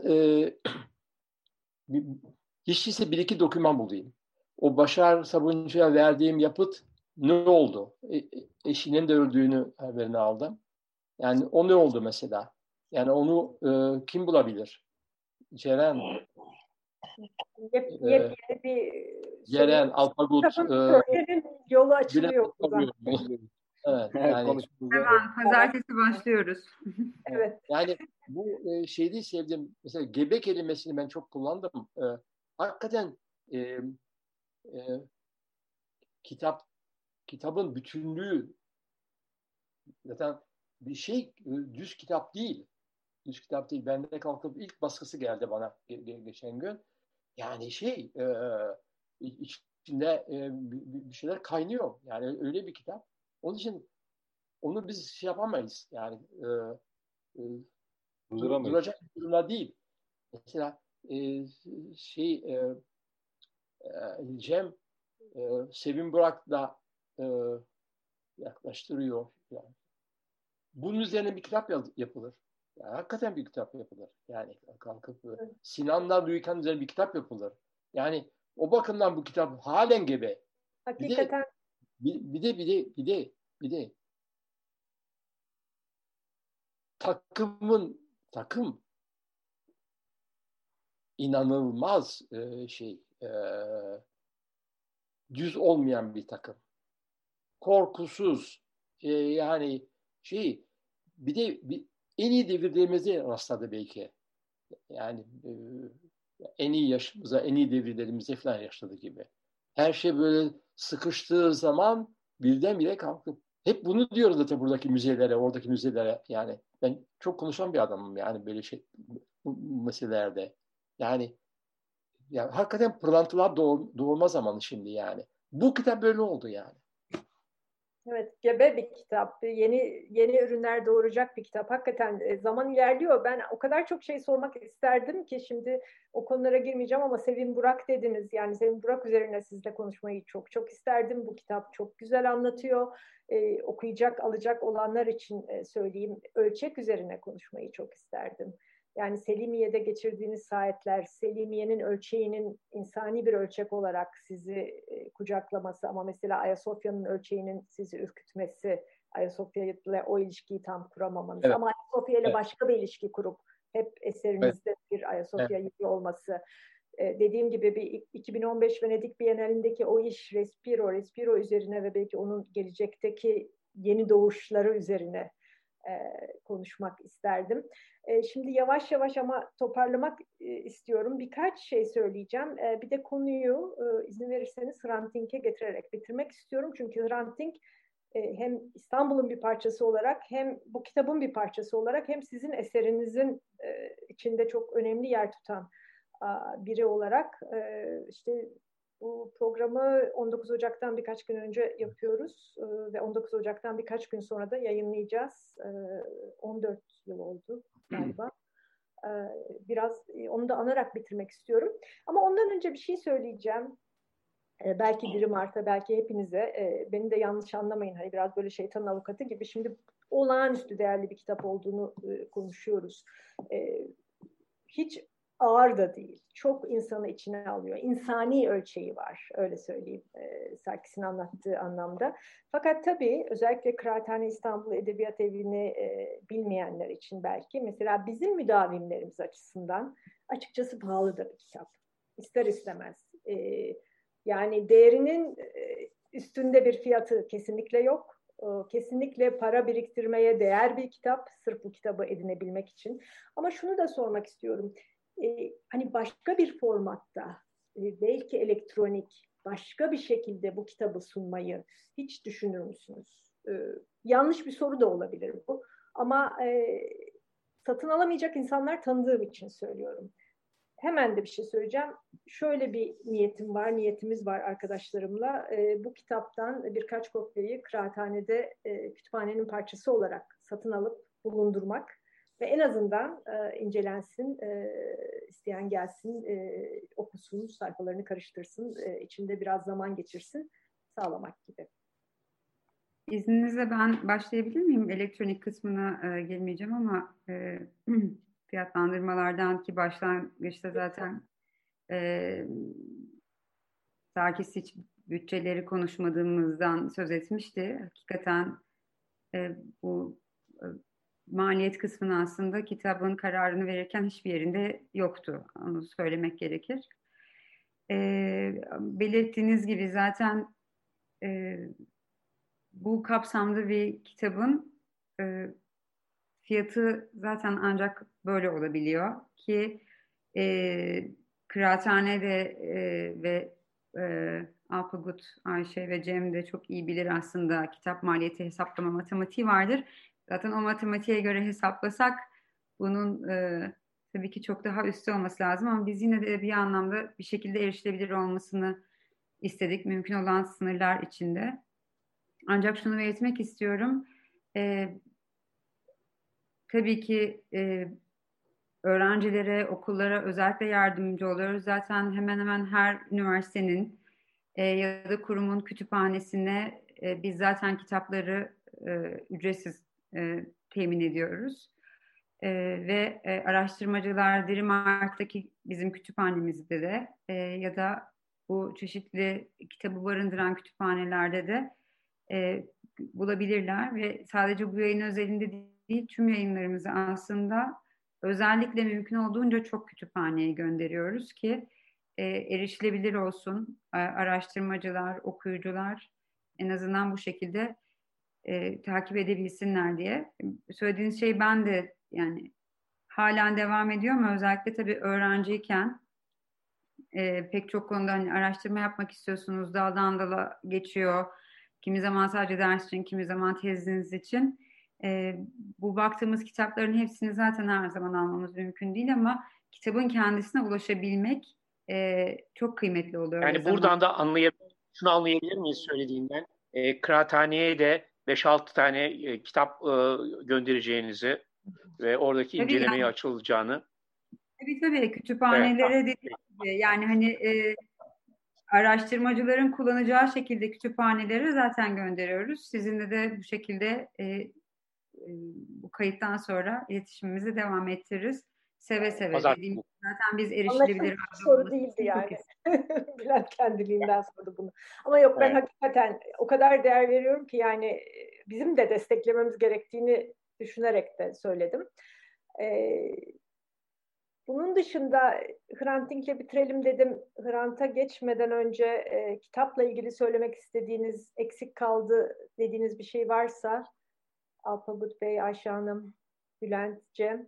hiç değilse bir iki doküman bulayım. O Başar Sabuncu'ya verdiğim yapıt ne oldu? Eşinin de öldüğünü haberini aldım. Yani o ne oldu mesela? Yani onu kim bulabilir? Ceren. Yepyeni bir Ceren, Alpagut, Türkiye'nin yolu açılıyor. Evet, yani hemen pazartesi başlıyoruz. Evet. Yani bu şeyi sevdim. Mesela gebe kelimesini ben çok kullandım. Hakikaten kitabın bütünlüğü zaten bir şey düz kitap değil. Düz kitap değil. Bende kalkıp ilk baskısı geldi bana geçen gün. Yani içinde bir şeyler kaynıyor. Yani öyle bir kitap. Onun için onu biz şey yapamayız. Yani duracak bir durumda değil. Mesela Cem Sevim Burak'la yaklaştırıyor. Yani. Bunun üzerine bir kitap yapılır. Yani hakikaten bir kitap yapılır. Yani kalkıp Sinan'la Lüykan üzerine bir kitap yapılır. Yani o bakımdan bu kitap halen gebe. Hakikaten. Bir de takım inanılmaz düz olmayan bir takım. Korkusuz yani en iyi devirlerimize rastladı belki. Yani en iyi yaşımıza, en iyi devirlerimize falan yaşladı gibi. Her şey böyle sıkıştığı zaman birdenbire kalkıp hep bunu diyoruz zaten buradaki müzelere, oradaki müzelere. Yani ben çok konuşan bir adamım yani böyle bu meselelerde. Yani hakikaten pırlantılar doğurma zamanı şimdi yani. Bu kitap böyle oldu yani. Evet, gebe bir kitap. Yeni ürünler doğuracak bir kitap. Hakikaten zaman ilerliyor. Ben o kadar çok şey sormak isterdim ki şimdi o konulara girmeyeceğim ama Sevim Burak dediniz. Yani Sevim Burak üzerine sizle konuşmayı çok isterdim. Bu kitap çok güzel anlatıyor. Okuyacak, alacak olanlar için söyleyeyim. Ölçek üzerine konuşmayı çok isterdim. Yani Selimiye'de geçirdiğiniz saatler, Selimiye'nin ölçeğinin insani bir ölçek olarak sizi kucaklaması ama mesela Ayasofya'nın ölçeğinin sizi ürkütmesi, Ayasofya ile o ilişkiyi tam kuramamanız ama Ayasofya ile başka bir ilişki kurup hep eserinizde bir Ayasofya yeri olması. Dediğim gibi bir 2015 Venedik Bienalindeki o iş Respiro üzerine ve belki onun gelecekteki yeni doğuşları üzerine konuşmak isterdim. Şimdi yavaş yavaş ama toparlamak istiyorum. Birkaç şey söyleyeceğim. Bir de konuyu izin verirseniz Hrant Dink'e getirerek bitirmek istiyorum. Çünkü Hrant Dink hem İstanbul'un bir parçası olarak hem bu kitabın bir parçası olarak hem sizin eserinizin içinde çok önemli yer tutan biri olarak işte bu programı 19 Ocak'tan birkaç gün önce yapıyoruz ve 19 Ocak'tan birkaç gün sonra da yayınlayacağız. 14 yıl oldu galiba. Biraz onu da anarak bitirmek istiyorum. Ama ondan önce bir şey söyleyeceğim. Belki 1 Mart'a, belki hepinize. Beni de yanlış anlamayın. Hani biraz böyle şeytanın avukatı gibi. Şimdi olağanüstü değerli bir kitap olduğunu konuşuyoruz. Hiç ağır da değil. Çok insanı içine alıyor. İnsani ölçeği var. Öyle söyleyeyim Sarkis'in anlattığı anlamda. Fakat tabii özellikle Kıraathane İstanbul Edebiyat Evi'ni bilmeyenler için belki mesela bizim müdavimlerimiz açısından açıkçası pahalıdır bir kitap. İster istemez. Yani değerinin üstünde bir fiyatı kesinlikle yok. Kesinlikle para biriktirmeye değer bir kitap. Sırf bu kitabı edinebilmek için. Ama şunu da sormak istiyorum. Hani başka bir formatta, belki elektronik, başka bir şekilde bu kitabı sunmayı hiç düşünür müsünüz? Yanlış bir soru da olabilir bu. Ama satın alamayacak insanlar tanıdığım için söylüyorum. Hemen de bir şey söyleyeceğim. Şöyle bir niyetimiz var arkadaşlarımla. Bu kitaptan birkaç kopyayı kıraathanede kütüphanenin parçası olarak satın alıp bulundurmak ve en azından incelensin, isteyen gelsin, okusun, sayfalarını karıştırsın, içinde biraz zaman geçirsin, sağlamak gibi. İzninizle ben başlayabilir miyim? Elektronik kısmına girmeyeceğim ama fiyatlandırmalardan ki başlangıçta zaten Sarkis hiç bütçeleri konuşmadığımızdan söz etmişti. Hakikaten bu maliyet kısmını aslında kitabın kararını verirken hiçbir yerinde yoktu. Onu söylemek gerekir. belirttiğiniz gibi zaten bu kapsamda bir kitabın fiyatı zaten ancak böyle olabiliyor ki Kıraathane'de ve Alpagut, Ayşe ve Cem de çok iyi bilir aslında kitap maliyeti hesaplama matematiği vardır. Zaten o matematiğe göre hesaplasak bunun tabii ki çok daha üstü olması lazım ama biz yine de bir anlamda bir şekilde erişilebilir olmasını istedik mümkün olan sınırlar içinde. Ancak şunu belirtmek istiyorum. Tabii ki öğrencilere, okullara özellikle yardımcı oluyoruz. Zaten hemen hemen her üniversitenin ya da kurumun kütüphanesine biz zaten kitapları ücretsiz temin ediyoruz. Ve araştırmacılar Dirimart'taki bizim kütüphanemizde de ya da bu çeşitli kitabı barındıran kütüphanelerde de bulabilirler ve sadece bu yayın özelinde değil tüm yayınlarımızı aslında özellikle mümkün olduğunca çok kütüphaneye gönderiyoruz ki erişilebilir olsun. Araştırmacılar, okuyucular en azından bu şekilde takip edebilsinler diye. Söylediğiniz şey ben de yani halen devam ediyor ama özellikle tabii öğrenciyken pek çok konuda hani araştırma yapmak istiyorsunuz, daldan dala geçiyor. Kimi zaman sadece ders için, kimi zaman teziniz için. Bu baktığımız kitapların hepsini zaten her zaman almamız mümkün değil ama kitabın kendisine ulaşabilmek çok kıymetli oluyor. Yani buradan da şunu anlayabilir miyiz söylediğinden? Kıraathaneye de 5-6 tane kitap göndereceğinizi ve oradaki tabii incelemeye yani, açılacağını. tabii kütüphanelere Evet. dediğim gibi yani hani araştırmacıların kullanacağı şekilde kütüphanelere zaten gönderiyoruz. Sizinle de bu şekilde bu kayıttan sonra iletişimimizi devam ettiririz. Seve seve dediğim gibi zaten biz erişilebilir soru değildi yani. Bülent kendiliğinden sordu bunu. Ama yok ben hakikaten o kadar değer veriyorum ki yani bizim de desteklememiz gerektiğini düşünerek de söyledim. Bunun dışında Hrant Dink'le bitirelim dedim. Hrant'a geçmeden önce kitapla ilgili söylemek istediğiniz, eksik kaldı dediğiniz bir şey varsa Alpagut Bey, Ayşe Hanım, Bülent, Cem.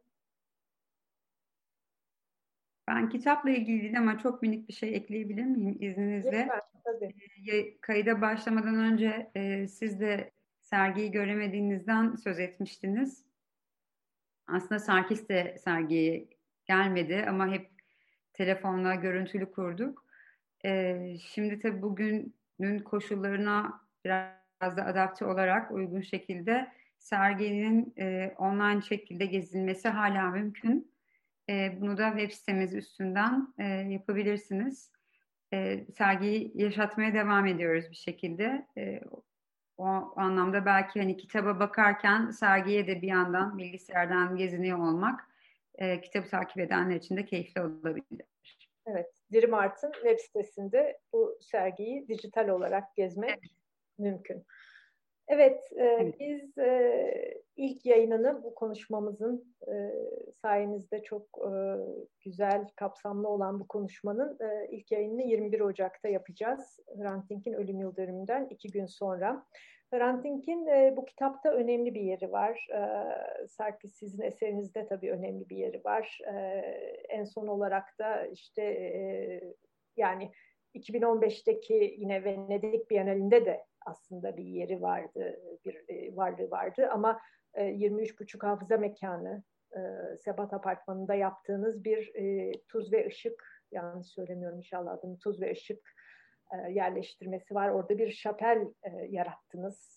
Ben kitapla ilgili değil ama çok minik bir şey ekleyebilir miyim izninizle? Lütfen, tabii. Kayıda başlamadan önce siz de sergiyi göremediğinizden söz etmiştiniz. Aslında Sarkis de sergiye gelmedi ama hep telefonla görüntülü kurduk. Şimdi tabii bugünün koşullarına biraz da adapte olarak uygun şekilde serginin online şekilde gezilmesi hala mümkün. Bunu da web sitemiz üstünden yapabilirsiniz. Sergiyi yaşatmaya devam ediyoruz bir şekilde. O anlamda belki hani kitaba bakarken sergiye de bir yandan bilgisayardan geziniyor olmak kitabı takip edenler için de keyifli olabilir. Evet, Dirimart'ın web sitesinde bu sergiyi dijital olarak gezmek mümkün. Evet, biz ilk yayınını bu konuşmamızın sayenizde çok güzel, kapsamlı olan bu konuşmanın ilk yayınını 21 Ocak'ta yapacağız. Hrant Dink'in ölüm yıldönümünden 2 gün sonra. Hrant Dink'in bu kitapta önemli bir yeri var. Sarkis sizin eserinizde tabii önemli bir yeri var. En son olarak da işte yani 2015'teki yine Venedik Bienalinde de aslında bir yeri vardı, bir varlığı vardı ama 23,5 hafıza mekanı Sebat Apartmanı'nda yaptığınız bir tuz ve ışık, yanlış söylemiyorum inşallah adını, tuz ve ışık yerleştirmesi var. Orada bir şapel yarattınız.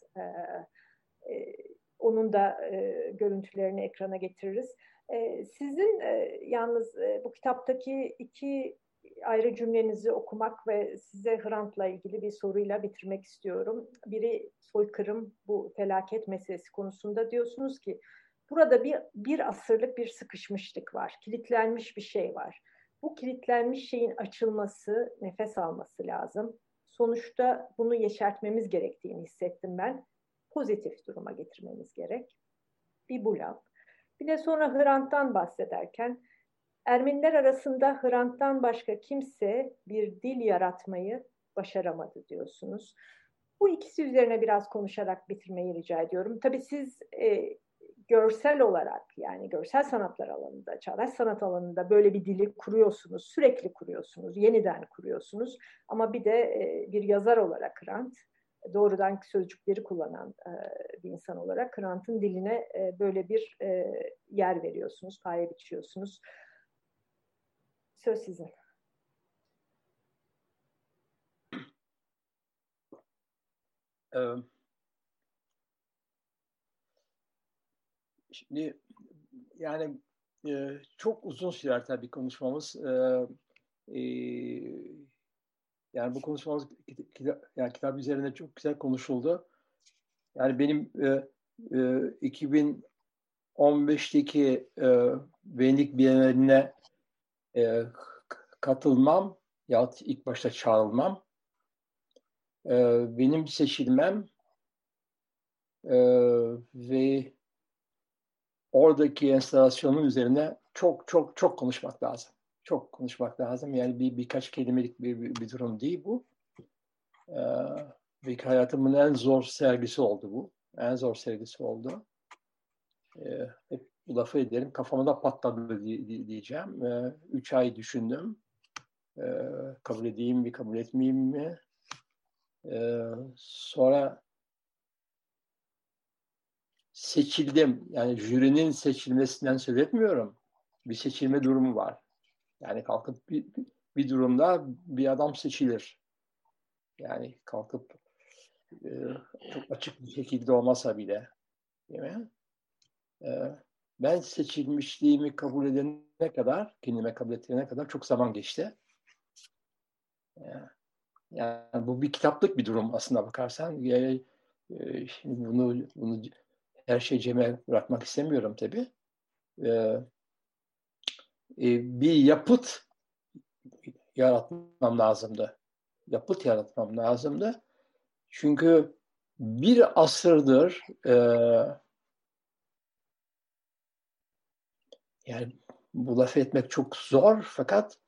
Onun da görüntülerini ekrana getiririz. Sizin yalnız bu kitaptaki iki ayrı cümlenizi okumak ve size Hrant'la ilgili bir soruyla bitirmek istiyorum. Biri soykırım, bu felaket meselesi konusunda diyorsunuz ki burada bir asırlık bir sıkışmışlık var, kilitlenmiş bir şey var. Bu kilitlenmiş şeyin açılması, nefes alması lazım. Sonuçta bunu yeşertmemiz gerektiğini hissettim ben. Pozitif duruma getirmemiz gerek. Bir bu laf. Bir de sonra Hrant'tan bahsederken Ermeniler arasında Hrant'tan başka kimse bir dil yaratmayı başaramadı diyorsunuz. Bu ikisi üzerine biraz konuşarak bitirmeyi rica ediyorum. Tabii siz görsel olarak, yani görsel sanatlar alanında, çağdaş sanat alanında böyle bir dili kuruyorsunuz, sürekli kuruyorsunuz, yeniden kuruyorsunuz. Ama bir de bir yazar olarak Hrant, doğrudan sözcükleri kullanan bir insan olarak Hrant'ın diline böyle bir yer veriyorsunuz, paye biçiyorsunuz. Söz sizin. Şimdi yani çok uzun sürer tabii konuşmamız. Yani bu konuşmamız yani kitap üzerinde çok güzel konuşuldu. Yani benim 2015'teki Venedik Bienali'ne katılmam ya ilk başta çağrılmam, benim seçilmem ve oradaki enstalasyonun üzerine çok çok çok konuşmak lazım. Çok konuşmak lazım. Yani birkaç kelimelik bir durum değil bu. Ve hayatımın en zor sergisi oldu bu. En zor sergisi oldu. Hep bu lafı ederim. Kafama da patladı diyeceğim. 3 ay düşündüm. Kabul edeyim mi, kabul etmeyeyim mi? Sonra seçildim. Yani jürinin seçilmesinden söz etmiyorum. Bir seçilme durumu var. Yani kalkıp bir durumda bir adam seçilir. Yani kalkıp çok açık bir şekilde olmasa bile. Değil mi? Ben seçilmişliğimi kabul edene kadar, kendime kabul ettirene kadar çok zaman geçti. Yani bu bir kitaplık bir durum aslında bakarsan. Şimdi bunu her şey Cem'e bırakmak istemiyorum tabii. Bir yapıt yaratmam lazımdı. Yapıt yaratmam lazımdı. Çünkü bir asırdır yani bu laf etmek çok zor fakat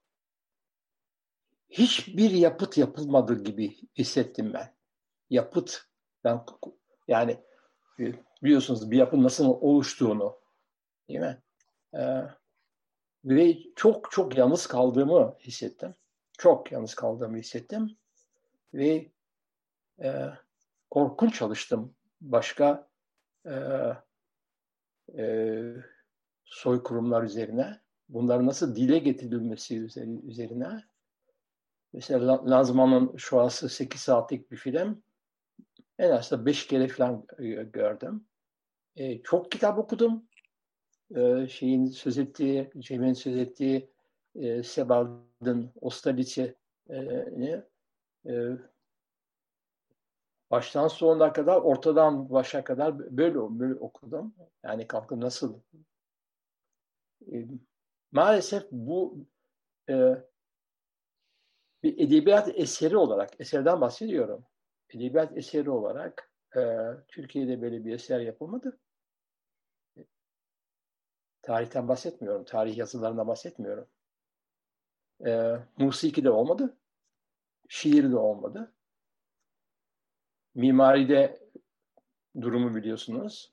hiçbir yapıt yapılmadı gibi hissettim ben. Yapıt, yani biliyorsunuz bir yapının nasıl oluştuğunu, değil mi? Ve çok çok yalnız kaldığımı hissettim. Çok yalnız kaldığımı hissettim. Ve korkunç çalıştım. Başka soykırımlar üzerine. Bunların nasıl dile getirilmesi üzerine. Mesela Lanzmann'ın Şuası 8 saatlik bir film. En az 5 kere falan gördüm. Çok kitap okudum. Cem'in söz ettiği Sebald'ın Ostaliç'i baştan sonuna kadar, ortadan başa kadar böyle okudum. Yani kalkıp nasıl maalesef bu bir edebiyat eseri olarak, eserden bahsediyorum. Edebiyat eseri olarak Türkiye'de böyle bir eser yapılmadı. Tarihten bahsetmiyorum, tarih yazılarından bahsetmiyorum. Musiki de olmadı, şiir de olmadı. Mimaride durumu biliyorsunuz.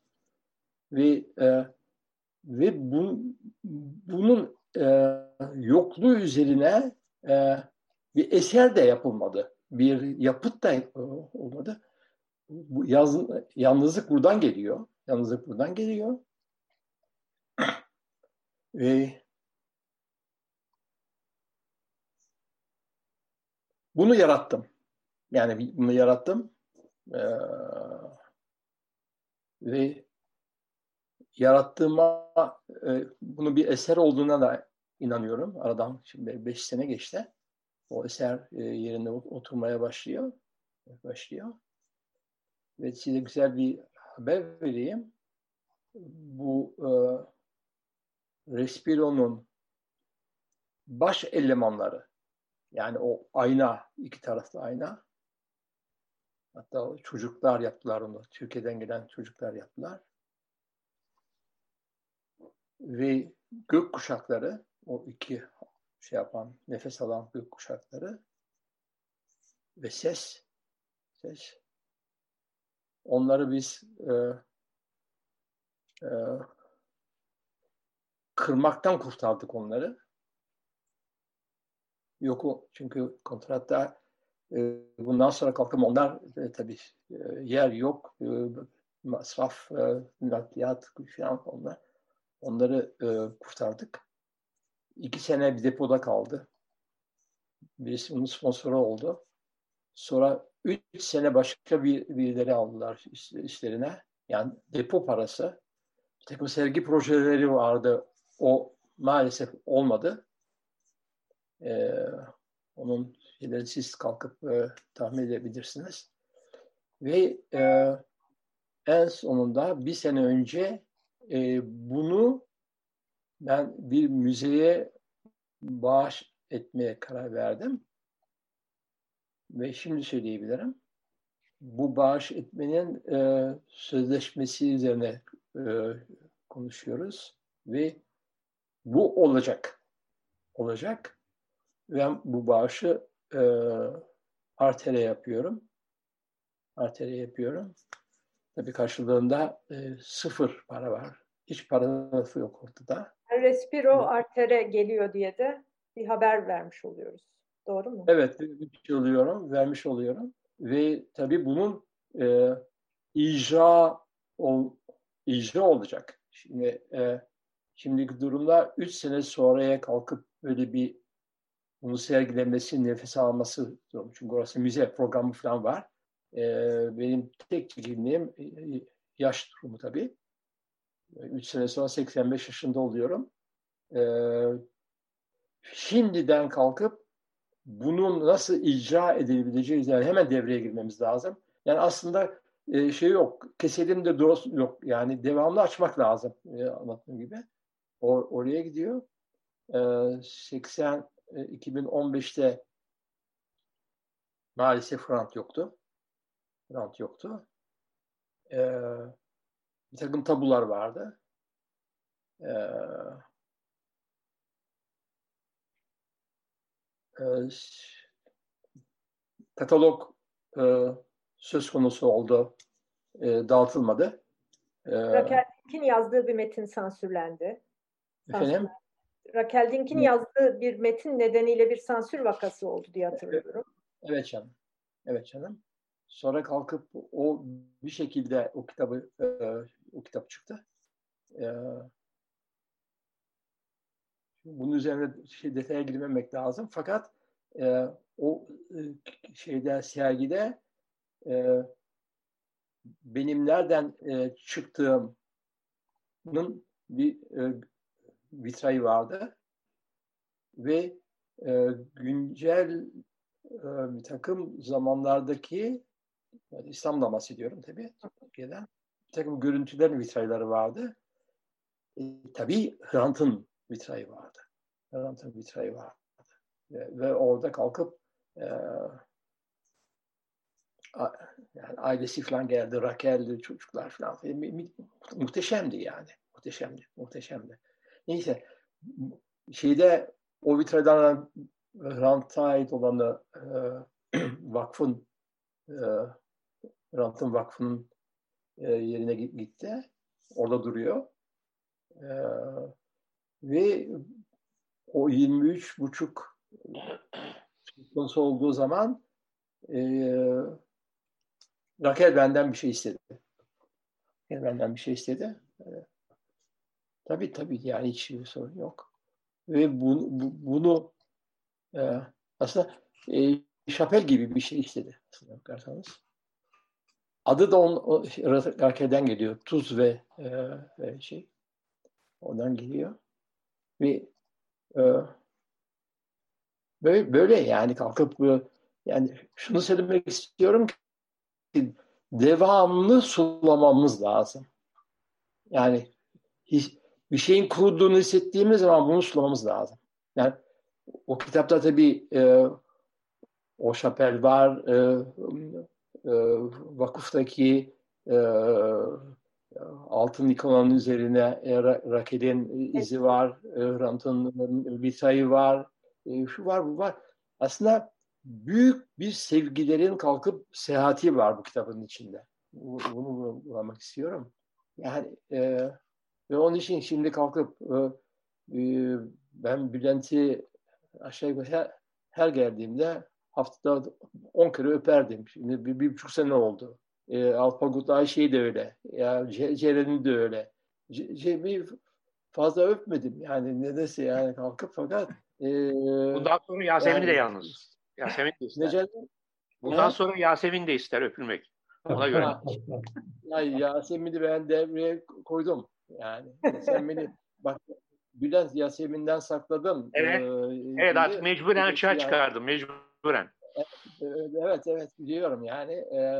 Ve bunun yokluğu üzerine bir eser de yapılmadı. Bir yapıt da olmadı. Bu yalnızlık buradan geliyor. Yalnızlık buradan geliyor. Ve bunu yarattım. Yani bunu yarattım. Ve yarattığıma bunu bir eser olduğuna da inanıyorum. Aradan şimdi 5 sene geçti. O eser yerine oturmaya başlıyor. Ve size güzel bir haber vereyim. Bu Respiro'nun baş elemanları, yani o ayna, iki taraflı ayna, hatta çocuklar yaptılar onu. Türkiye'den gelen çocuklar yaptılar. Ve gök kuşakları o iki şey yapan, nefes alan gök kuşakları ve ses. Onları biz kırmaktan kurtardık onları. Yok çünkü kontratta bundan sonra kalkıp onlar tabii yer yok, masraf, nakliyat falan onlar. Onları kurtardık. 2 sene bir depoda kaldı. Birisi onun sponsoru oldu. Sonra 3 sene başka birileri aldılar işlerine. Yani depo parası. Bir takım sergi projeleri vardı. O maalesef olmadı. Onun şeyleri siz kalkıp tahmin edebilirsiniz. Ve en sonunda bir sene önce bunu ben bir müzeye bağış etmeye karar verdim. Ve şimdi söyleyebilirim. Bu bağış etmenin sözleşmesi üzerine konuşuyoruz. Ve bu olacak. Ve bu bağışı Arter'e yapıyorum. Tabii karşılığında 0 para var. Hiç parası yok ortada. Respiro Arter'e geliyor diye de bir haber vermiş oluyoruz. Doğru mu? Evet, vermiş oluyorum. Ve tabii bunun icra olacak. Şimdiki durumda 3 sene sonraya kalkıp böyle bunu sergilemesi, nefes alması durum. Çünkü orası müze programı falan var. Benim tek çekindiğim yaş durumu tabii. 3 sene sonra 85 yaşında oluyorum. Şimdiden kalkıp bunun nasıl icra edilebileceği yani hemen devreye girmemiz lazım. Yani aslında şey yok, keselim de dursun yok. Yani devamlı açmak lazım. Anlattığım gibi. Oraya gidiyor. 2015'te maalesef grant yoktu. Bir takım tabular vardı. Katalog söz konusu oldu. Dağıtılmadı. Raquel Dink'in yazdığı bir metin sansürlendi. Efendim? Raquel Dink'in yazdığı bir metin nedeniyle bir sansür vakası oldu diye hatırlıyorum. Evet canım. Sonra kalkıp o bir şekilde o kitap çıktı. Bunun üzerine detaya girmemek lazım. Fakat o sergide benim nereden çıktığımın bir vitrayı vardı ve güncel bir takım zamanlardaki yani İslam'dan bahsediyorum tabii Türkiye'den bir takım görüntülerin vitrayları vardı. Tabii Hrant'ın vitrayı vardı. Ve orada kalkıp yani ailesi falan geldi, Raquel'di, çocuklar falan. Muhteşemdi yani. Muhteşemdi. Neyse o vitraydan Hrant'a ait olanı Hrant'ın vakfının yerine gitti. Orada duruyor. Ve o 23,5 konusu olduğu zaman Raquel benden bir şey istedi. Tabii yani hiç sorun yok. Ve bunu aslında şapel gibi bir şey istedi. Bakarsanız. Adı da Raquel'den geliyor. Tuz ve şey. Ondan geliyor. Ve böyle yani kalkıp yani şunu söylemek istiyorum ki devamlı sulamamız lazım. Yani bir şeyin kuruduğunu hissettiğimiz zaman bunu sulamamız lazım. Yani o kitapta tabii o şapel var, vakıftaki Altın ikonanın üzerine Rakel'in izi var, Hrant'ın bir sayı var, şu var, bu var. Aslında büyük bir sevgilerin kalkıp seyahati var bu kitabın içinde. Bunu vurgulamak istiyorum. Yani ve onun için şimdi kalkıp ben Bülent'i aşağı yukarı her geldiğimde haftada 10 kere öperdim. Şimdi bir buçuk sene oldu. Alpagut Ayşe'yi de öyle. Ya Ceren'i de öyle. Bir fazla öpmedim. Yani nedense yani kalkıp fakat bundan sonra Yasemin'i de yani, yalnız. Yasemin de ister. Necati, Bundan sonra Yasemin de ister öpülmek. Ona göre. Ya Yasemin'i ben devreye koydum. Yani sen beni bak Bülent Yasemin'den sakladın. Evet. Evet, artık mecburen açığa çıkardım. Mecburen. Evet biliyorum yani.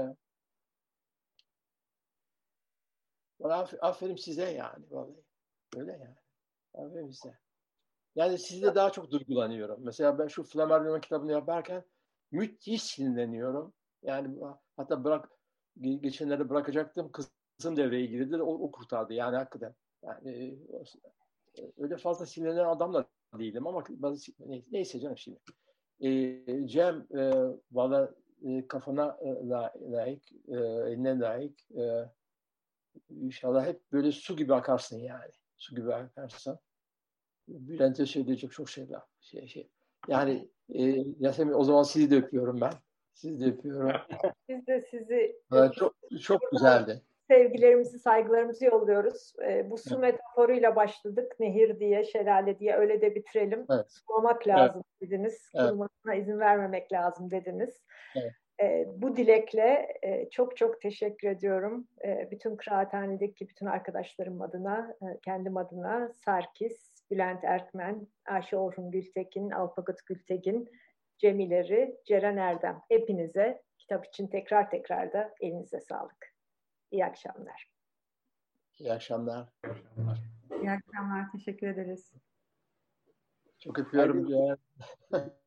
Aferin size yani vallahi. Öyle yani. Aferin size. Yani sizde daha çok duygulanıyorum. Mesela ben şu Flammarion kitabını yaparken müthiş sinirleniyorum. Yani hatta geçenlerde bırakacaktım. Kızım devreye girdi. O kurtardı yani hakikaten. Yani öyle fazla sinirlenen adam da değilim ama neyse canım şimdi. Cem valla kafana layık, eline layık. İnşallah hep böyle su gibi akarsın yani. Su gibi akarsın. Bülent'e söyleyecek çok şey var. Yani Yasemin o zaman sizi de öpüyorum ben. Sizi de öpüyorum. Biz de sizi çok güzeldi. Sevgilerimizi, saygılarımızı yolluyoruz. Bu su metaforuyla başladık. Nehir diye, şelale diye öyle de bitirelim. Evet. Sulamak lazım dediniz. Evet. Kurumasına izin vermemek lazım dediniz. Evet. Bu dilekle çok çok teşekkür ediyorum. Bütün kıraathanedeki bütün arkadaşlarım adına, kendim adına Sarkis, Bülent Erkmen, Ayşe Orhun Gültekin, Alpagut Gültekin, Cemileri, Ceren Erdem. Hepinize kitap için tekrar da elinize sağlık. İyi akşamlar. İyi akşamlar. İyi akşamlar. Teşekkür ederiz. Çok öpüyorum.